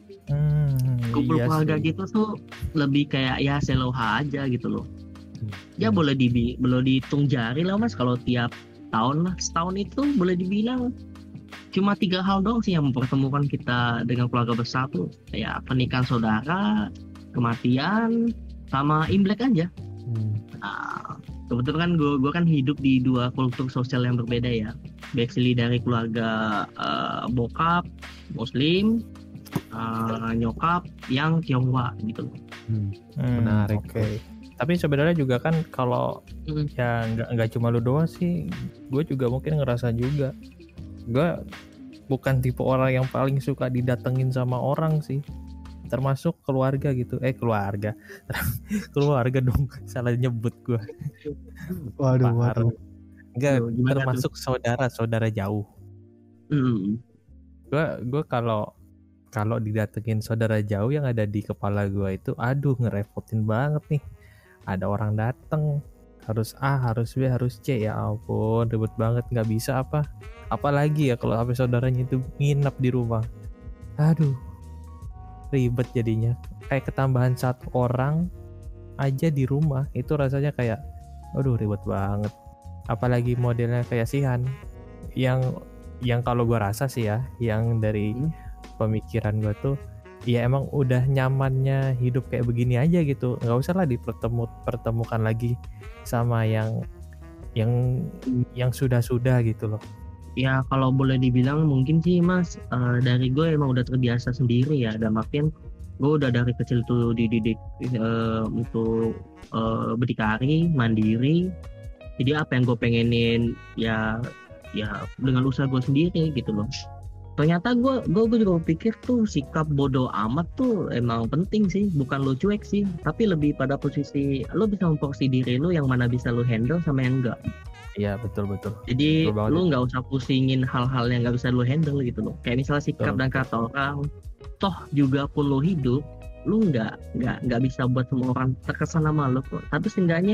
Hmm, Kumpul iya keluarga sih. gitu tuh lebih kayak ya seloha aja gitu loh. Ya Hmm. boleh di boleh dihitung jari lah mas, kalau tiap tahun lah, setahun itu boleh dibilang cuma tiga hal doang sih yang mempertemukan kita dengan keluarga besar tuh, kayak pernikahan saudara, kematian, sama Imlek aja. Hmm. Nah, kebetulan kan gue gue kan hidup di dua kultur sosial yang berbeda ya. Basically dari keluarga eh, bokap Muslim, eh, nyokap yang Tionghoa gitu loh. Hmm, Hmm, menarik. Oke. Tapi sebenarnya juga kan kalau Mm. ya nggak nggak cuma lu doang sih, gue juga mungkin ngerasa juga. Gue bukan tipe orang yang paling suka didatengin sama orang sih, termasuk keluarga gitu. Eh keluarga, keluarga dong, salah nyebut gue. Waduh, Parah. waduh. Enggak, Tuh, gimana tuh? termasuk saudara-saudara jauh. Mm. Gue gue kalau kalau didatengin saudara jauh yang ada di kepala gue itu, aduh ngerepotin banget nih. Ada orang dateng, harus A, harus B, harus C, ya ampun ribet banget, nggak bisa apa. Apalagi ya kalau sampai saudaranya itu nginep di rumah, aduh ribet jadinya. Kayak ketambahan satu orang aja di rumah itu rasanya kayak, aduh ribet banget. Apalagi modelnya kayak Sihan, yang yang kalau gue rasa sih ya, yang dari Hmm. pemikiran gue tuh, ya emang udah nyamannya hidup kayak begini aja gitu, nggak usah lah dipertemu pertemukan lagi sama yang yang yang sudah-sudah gitu loh. Ya kalau boleh dibilang mungkin sih mas, eh, dari gue emang udah terbiasa sendiri ya, dan makin gue udah dari kecil tuh dididik eh, untuk eh, berdikari, mandiri. Jadi apa yang gue pengenin ya ya dengan usaha gue sendiri gitu loh. Ternyata gue gue gue juga pikir tuh sikap bodoh amat tuh emang penting sih, bukan lo cuek sih, tapi lebih pada posisi lo bisa memporsi diri lo yang mana bisa lo handle sama yang enggak. Iya betul betul Jadi betul banget lu itu. nggak usah pusingin hal-hal yang nggak bisa lu handle gitu loh. Kayak misalnya sikap Betul, dan betul. kata orang, toh juga pun lu hidup, lu nggak nggak nggak bisa buat semua orang terkesan sama lu kok. Tapi seenggaknya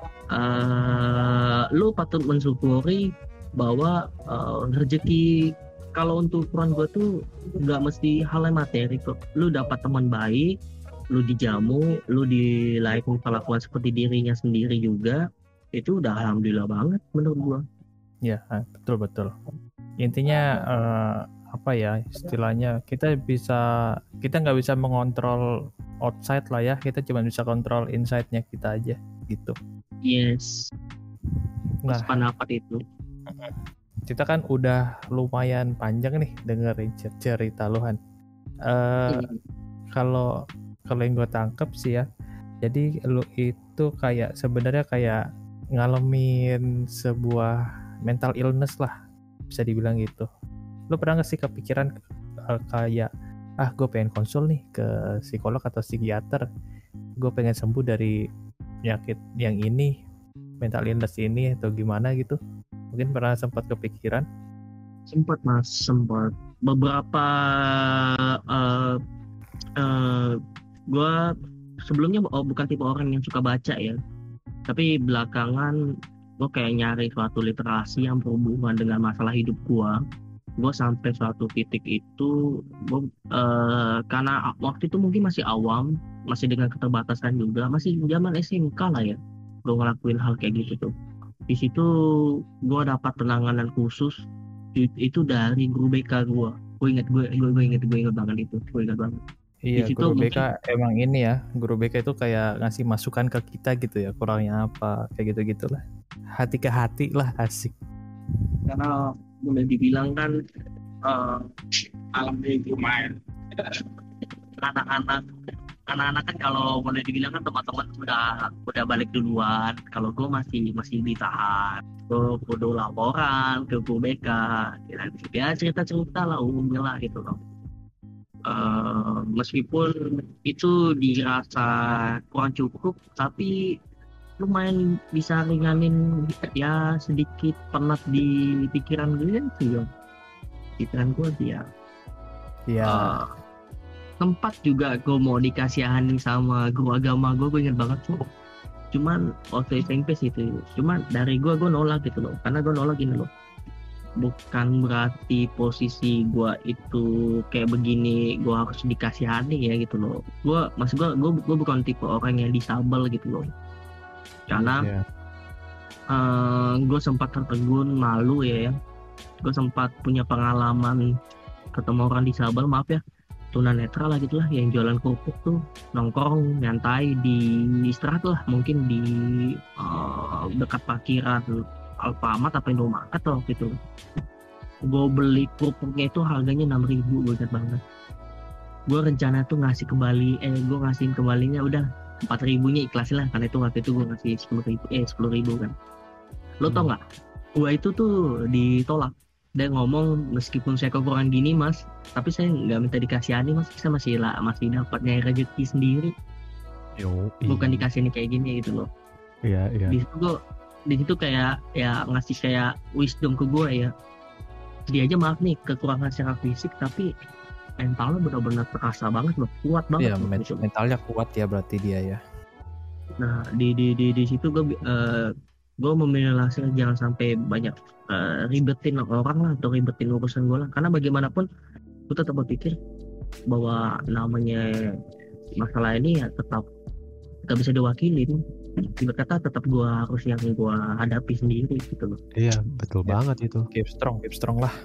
eh lu patut mensyukuri bahwa eh, rezeki, kalau untuk ukuran gua tuh nggak mesti hal yang materi kok. Lu dapat teman baik, lu dijamu, lu dilayakin perlakuan seperti dirinya sendiri juga, itu udah alhamdulillah banget menurut gua. Ya betul betul. Intinya eh, apa ya istilahnya, kita bisa kita nggak bisa mengontrol outside lah ya, kita cuma bisa kontrol inside-nya kita aja gitu. Yes, Nah, pendapat itu. kita kan udah lumayan panjang nih dengerin cer- cerita lu Han. Eh, Hmm. Kalau kalau yang gue tangkep sih ya, jadi lu itu kayak sebenarnya kayak ngalamin sebuah mental illness lah, bisa dibilang gitu. Lu pernah nggak sih kepikiran eh, kayak, ah gue pengen konsul nih ke psikolog atau psikiater, gue pengen sembuh dari penyakit yang ini, mental illness ini, atau gimana gitu? Mungkin pernah sempat kepikiran? Sempat mas, sempat. Beberapa uh, uh, gue sebelumnya oh, bukan tipe orang yang suka baca ya, tapi belakangan gue kayak nyari suatu literasi yang berhubungan dengan masalah hidup gue. Gue sampai suatu titik itu, gue uh, karena waktu itu mungkin masih awam, masih dengan keterbatasan juga, masih zaman S M K lah ya, gue ngelakuin hal kayak gitu tuh. Di situ gue dapat penanganan khusus itu dari guru B K gue. Gue inget gue gue gue inget gue inget banget itu, gue inget banget. Iya, Di situ guru B K mungkin emang ini ya, guru B K itu kayak ngasih masukan ke kita gitu ya, kurangnya apa, kayak gitu-gitulah. Hati ke hati lah, asik. karena boleh dibilang kan uh, alam lingkungan anak-anak anak-anak kan kalau boleh dibilang kan teman-teman udah udah balik duluan. Kalau gue masih masih ditahan. Gue kudu laporan ke guru B K. Ya, ya cerita-cerita lah umumnya lah gitu loh. Eh, meskipun itu dirasa kurang cukup, tapi lumayan bisa ringanin ya sedikit penat di pikiran gue sih ya. Pikiran gue sih ya. Iya. Eh, tempat juga gue mau dikasihani sama guru agama gue, gue inget banget tuh. Cuman waktu S M P sih itu, cuman dari gue gue nolak gitu loh, karena gue nolak gini loh. Bukan berarti posisi gue itu kayak begini gue harus dikasihani ya gitu loh. Gue maksud gue gue gue bukan tipe orang yang disabel gitu loh. Karena Iya. eh, gue sempat tertegun malu ya, ya. Gue sempat punya pengalaman ketemu orang disabel, maaf ya, tunanetra lah gitulah, yang jualan kerupuk tuh nongkrong nyantai di istirahat lah, mungkin di eh, dekat parkiran Alfamart apa Indomaret atau gitu. Gue beli kerupuknya itu harganya enam ribu, gue ingat banget. Gue rencana tuh ngasih kembali, eh gue ngasihin kembalinya udah empat ribunya ikhlasin lah, karena itu waktu itu gue ngasih sepuluh ribu, eh sepuluh ribu kan. Lo tau nggak? Gue itu tuh ditolak. Dia ngomong meskipun saya kekurangan gini mas, tapi saya nggak minta dikasihani mas, saya masih lah masih dapat nyari rezeki sendiri, Yo, bukan dikasihin kayak gini gitu loh. Iya, iya. Di situ gue, di situ kayak ya ngasih kayak wisdom ke gue ya. Dia aja maaf nih kekurangan secara fisik, tapi mentalnya benar-benar terasa banget loh, kuat banget. Iya, loh, men- gitu. mentalnya kuat ya berarti dia ya. Nah di di di di situ gue uh, gue memilih hasil jangan sampai banyak uh, ribetin orang lah atau ribetin urusan gue lah, karena bagaimanapun gue tetap berpikir bahwa namanya masalah ini ya tetap gak bisa diwakilin. Ibarat kata tetap gue harus yang gue hadapi sendiri gitu loh. Iya, betul Ya. banget itu. Keep strong, keep strong lah.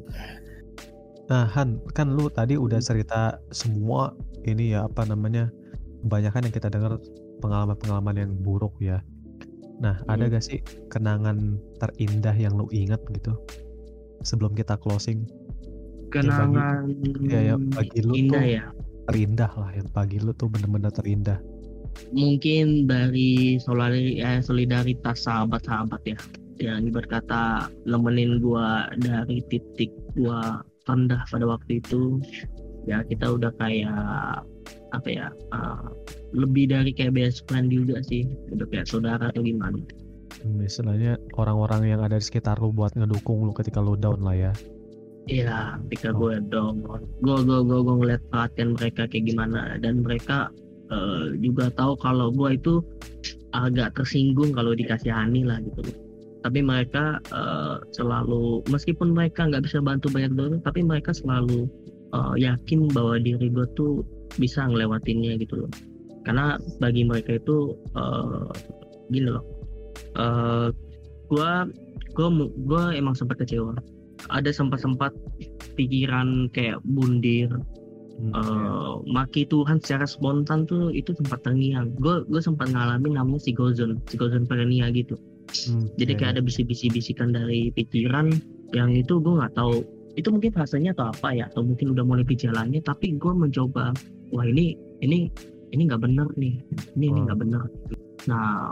Nah, Han, kan lu tadi udah cerita semua ini ya, apa namanya, kebanyakan yang kita dengar pengalaman-pengalaman yang buruk ya. Nah, ada Hmm. gak sih kenangan terindah yang lu ingat gitu sebelum kita closing? Kenangan Ya, ya, bagi lu indah tuh ya. terindah lah, yang bagi lu tuh bener-bener terindah. Mungkin dari solidari- eh, solidaritas sahabat-sahabat ya, yang berkata nemenin gua dari titik gua rendah pada waktu itu. Ya kita udah kayak apa ya, uh, lebih dari kayak best friend juga sih, udah kayak saudara atau gimana. Hmm, istilahnya orang-orang yang ada di sekitar lu buat ngedukung lu ketika lu down lah ya. Iya, ketika Oh. gue dong, gue gue gue gue ngeliat perhatian mereka kayak gimana, dan mereka uh, juga tahu kalau gue itu agak tersinggung kalau dikasihani lah gitu. Tapi mereka uh, selalu, meskipun mereka nggak bisa bantu banyak dulu, tapi mereka selalu uh, yakin bahwa diri gue tuh bisa ngelewatinnya gitu loh. Karena bagi mereka itu uh, gini loh, uh, gue gue gue emang sempat kecewa. Ada sempat-sempat pikiran kayak bundir, Hmm, uh, maki Tuhan secara spontan tuh itu sempat terngiang. Gue gue sempat ngalamin namanya psikozon, psikozon perenia gitu. hmm, Jadi ya, kayak ya. ada bisi-bisi-bisikan dari pikiran yang itu gue nggak tahu itu mungkin rasanya atau apa ya, atau mungkin udah mulai gejalanya, tapi gue mencoba, wah ini ini ini nggak benar nih, ini ini Oh. nggak benar. Nah,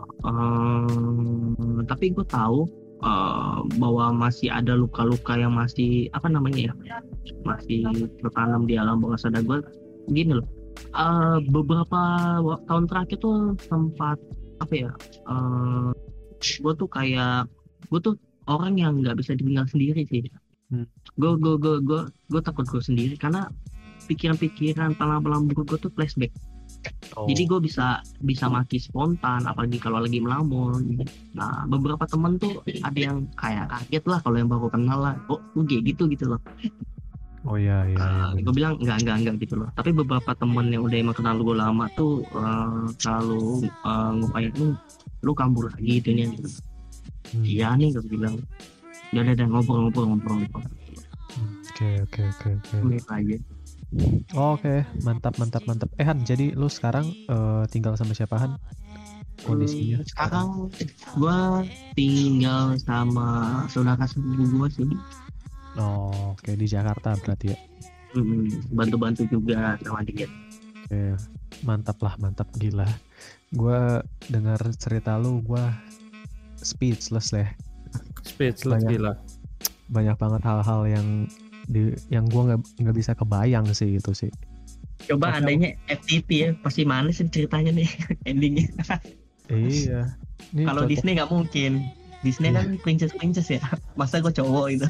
um, tapi gue tahu uh, bahwa masih ada luka-luka yang masih apa namanya ya, masih tertanam di alam bawah sadar gue. Gini loh, uh, beberapa wa- tahun terakhir tuh sempat apa ya, uh, gue tuh kayak gue tuh orang yang nggak bisa ditinggal sendiri sih. Hmm. Gue gue gue gue gue takut gue sendiri karena pikiran-pikiran pelan-pelan buruk gue tuh flashback. Oh. Jadi gue bisa bisa maki spontan, apalagi kalau lagi melamun. Nah beberapa temen tuh ada yang kayak kaget lah kalau yang baru kenal lah, oh lu kayak gitu gitu loh. Oh iya iya. iya, Uh, gue bilang enggak enggak enggak gitu loh. Tapi beberapa temen yang udah emang kenal gue lama tuh uh, selalu uh, ngupayain lu lu kabur lagi itu nih. Hmm, Iya nih gue bilang. Udah udah udah, ngobrol-ngobrol-ngobrol. Oke oke oke oke. Gitu aja. Oh, Oke, mantap mantap mantap. Eh Han, jadi lu sekarang eh, tinggal sama siapa Han? Kondisinya Hmm, sekarang gue tinggal sama saudara sepupu gue sih. Oh, oke di Jakarta berarti ya. Hmm, bantu-bantu juga sama dia. Oke, mantap lah, mantap gila. Gua dengar cerita lu, gua speechless lah. Speechless Banyak gila. banyak banget hal-hal yang di yang gua nggak nggak bisa kebayang sih itu sih. Coba Tapi adanya F T P ya, pasti mana sih ceritanya nih endingnya. Iya. Ini Kalau cocok. Disney nggak mungkin. Disney kan princess princess ya. Masa gue cowok itu.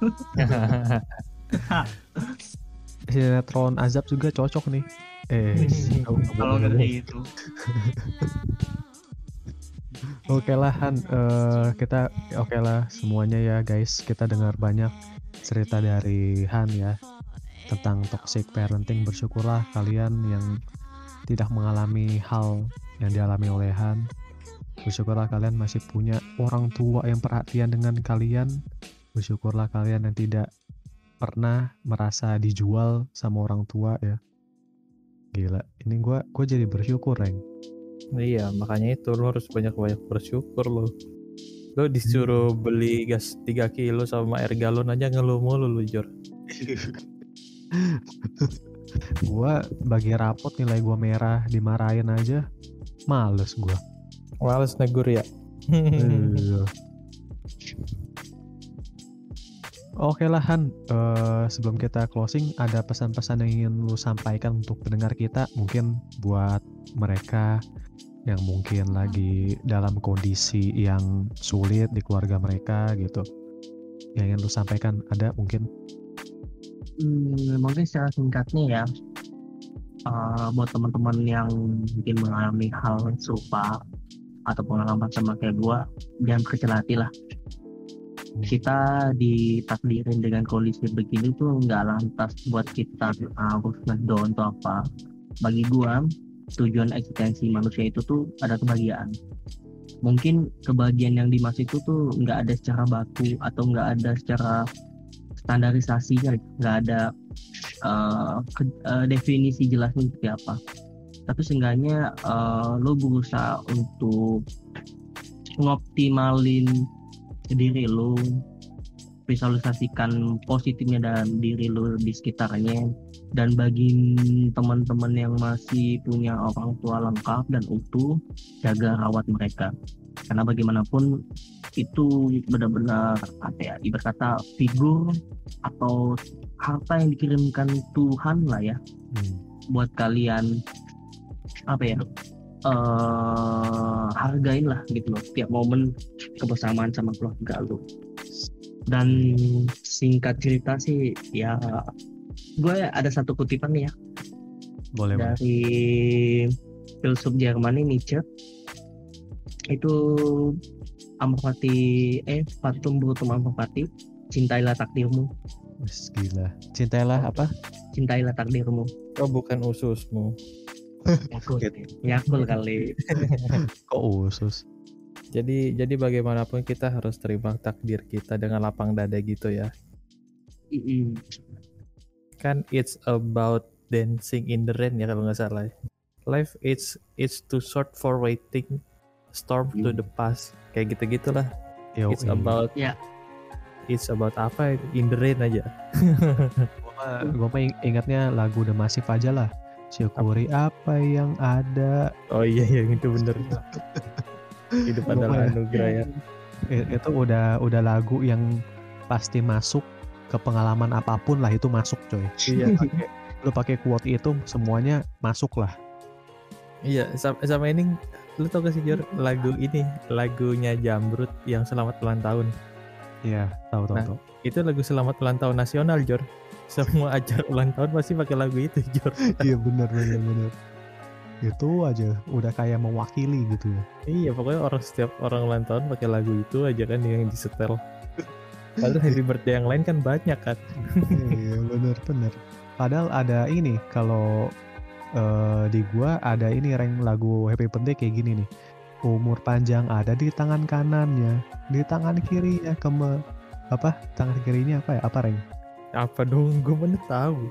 Sinetron Azab juga cocok nih. Eh, tahu nggak Kalau boleh. negeri itu. Oke lah Han, eh, kita oke lah semuanya ya guys. Kita dengar banyak cerita dari Han ya tentang toxic parenting. Bersyukurlah kalian yang tidak mengalami hal yang dialami oleh Han. Bersyukurlah kalian masih punya orang tua yang perhatian dengan kalian. Bersyukurlah kalian yang tidak pernah merasa dijual sama orang tua ya. Gila, ini gua gua jadi bersyukur, Reng. Iya, makanya itu lo harus banyak-banyak bersyukur lo. Lo disuruh beli gas tiga kilo sama air galon aja ngeluh mulu lo, Jor. Gua bagi rapot nilai gua merah dimarahin aja males gua. Males negur ya. Iya. Oke lah Han, eh, sebelum kita closing ada pesan-pesan yang ingin lu sampaikan untuk pendengar kita, mungkin buat mereka yang mungkin lagi dalam kondisi yang sulit di keluarga mereka gitu, yang ingin lu sampaikan ada mungkin? Hmm, mungkin secara singkatnya ya, uh, buat teman-teman yang mungkin mengalami hal serupa atau pengalaman sama kayak gua, jangan kecil hati lah. Kita ditakdirin dengan kondisi begini tuh nggak lantas buat kita harus ngedown atau apa. Bagi gua, tujuan eksistensi manusia itu tuh ada kebahagiaan. Mungkin kebahagiaan yang dimaksud itu tuh nggak ada secara baku atau nggak ada secara standarisasinya, nggak ada uh, ke- uh, definisi jelasnya seperti apa. Tapi seenggaknya uh, lo berusaha untuk ngoptimalin diri lo, visualisasikan positifnya dalam diri lo di sekitarnya. Dan bagi teman-teman yang masih punya orang tua lengkap dan utuh, jaga rawat mereka, karena bagaimanapun itu benar-benar apa ya, ibarat kata figur atau harta yang dikirimkan Tuhan lah ya, Hmm. buat kalian apa ya, uh, hargain lah gitu loh tiap momen kebersamaan sama keluarga lo. Dan singkat cerita sih ya, gue ada satu kutipan nih ya Boleh boleh. dari filsuf Jerman nih, Nietzsche. Itu Amorfati eh Fatum Brutum Amorfati, cintailah takdirmu, Wis, gila. Cintailah apa? cintailah takdirmu. Oh, bukan ususmu. Yakul, yakul kali. Kok usus? Jadi jadi bagaimanapun kita harus terima takdir kita dengan lapang dada gitu ya. Mm-mm. Kan it's about dancing in the rain ya kalau nggak salah. Life it's it's too short for waiting storm to the past. Kayak gitu-gitulah. Yo, It's about Ya. it's about apa? In the rain aja. Gue mah ing- ingatnya lagu The Massive aja lah. Syukuri apa yang ada. Oh iya yang itu bener. Hidup Gua adalah mah- anugerah ya. I- Itu udah udah lagu yang pasti masuk ke pengalaman apapun lah, itu masuk coy. Iya. Pakai- Lu pakai quote itu semuanya masuk lah. Iya, sama, sama ini lu tau gak sih Jor lagu ini, lagunya Jamrut yang selamat ulang tahun. Iya, tahu tahu Nah. tahu. Itu lagu selamat ulang tahun nasional, Jor. Semua acara ulang tahun pasti pakai lagu itu, Jor. Iya benar benar benar. Itu aja udah kayak mewakili gitu ya. Iya, pokoknya orang setiap orang ulang tahun pakai lagu itu aja kan yang disetel. Padahal happy birthday yang lain kan banyak kan. Iya benar benar. Padahal ada ini kalau eh, di gua ada ini rank lagu Happy Birthday kayak gini nih. Umur panjang ada di tangan kanannya, di tangan kirinya keme apa? Tangan kirinya apa ya? Apa rank? Apa dong, gue mana tahu.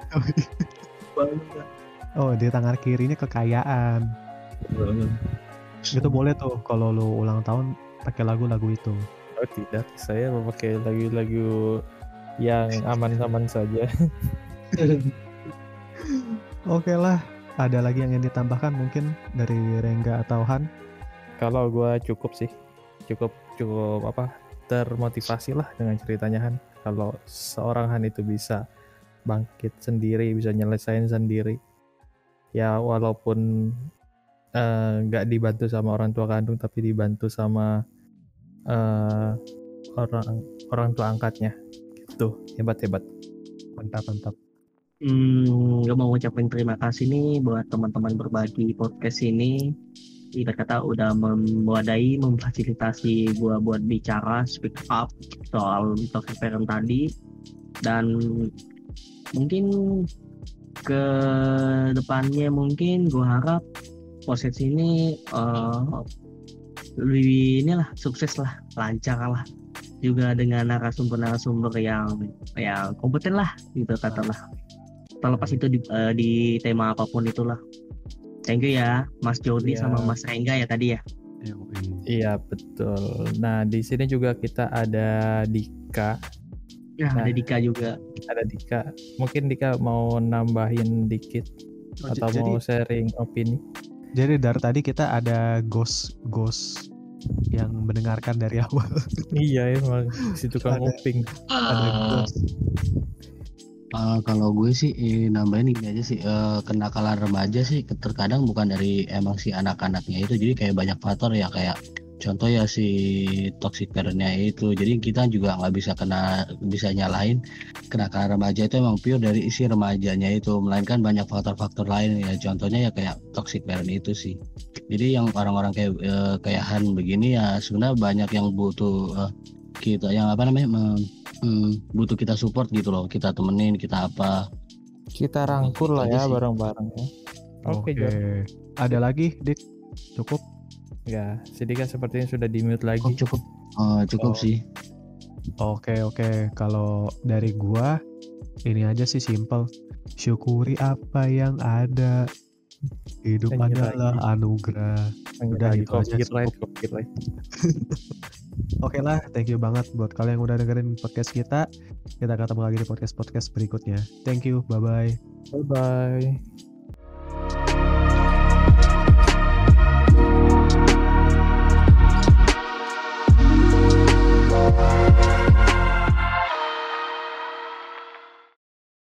Oh, di tangan kirinya kekayaan. Itu boleh tuh kalau lu ulang tahun pakai lagu-lagu itu. Oh tidak, saya memakai lagu-lagu yang aman-aman saja. Oke lah, ada lagi yang ingin ditambahkan mungkin dari Rengga atau Han? Kalau gue cukup sih, cukup cukup apa termotivasi lah dengan ceritanya Han. Kalau seorang Han itu bisa bangkit sendiri, bisa nyelesain sendiri, ya walaupun nggak uh, dibantu sama orang tua kandung, tapi dibantu sama uh, orang orang tua angkatnya, gitu. Hebat hebat. Mantap mantap. Hmm, gue mau ngucapin terima kasih nih buat teman-teman berbagi podcast ini. Kita kata udah mewadai, memfasilitasi gue buat bicara, speak up soal toxic parent tadi. Dan mungkin ke depannya mungkin gue harap podcast ini uh, lebih inilah sukses lah, lancar lah. Juga dengan narasumber-narasumber yang yang kompeten lah, gitu katalah. Terlepas itu di, uh, di tema apapun itulah. Thank you ya Mas Jordi ya. Sama Mas Rengga ya tadi ya. Iya betul. Nah di sini juga kita ada Dika. Ya nah, ada Dika juga. Ada Dika. Mungkin Dika mau nambahin dikit oh, atau jadi, mau sharing opini. Jadi dari tadi kita ada ghost ghost yang mendengarkan dari awal. Iya emang si tukang nguping. Ada ghost. Uh, kalau gue sih eh, nambahin gini aja sih, uh, kenakalan remaja sih terkadang bukan dari emang si anak-anaknya itu, jadi kayak banyak faktor ya, kayak contoh ya si toxic parent-nya itu. Jadi kita juga nggak bisa kena bisa nyalahin kenakalan remaja itu emang pure dari isi remajanya itu, melainkan banyak faktor-faktor lain ya, contohnya ya kayak toxic parent itu sih. Jadi yang orang-orang kayak uh, kayak Han begini ya sebenarnya banyak yang butuh uh, kita yang apa namanya me- Hmm, butuh kita support gitu loh, kita temenin, kita apa, kita rangkul lah ya bareng-bareng ya. Oke, okay. Ada lagi Dik? Cukup? Ya, Sidika sepertinya sudah di mute lagi. Oh, cukup, oh, cukup oh. sih. Oke okay, oke, okay. Kalau dari gua ini aja sih simple, syukuri apa yang ada. Hidup Tanya adalah lagi. Anugerah. Tanya udah lagi. gitu aja. Copyright. Oke okay lah, thank you banget buat kalian yang udah dengerin podcast kita. Kita ketemu lagi di podcast-podcast berikutnya. Thank you, bye-bye. Bye-bye.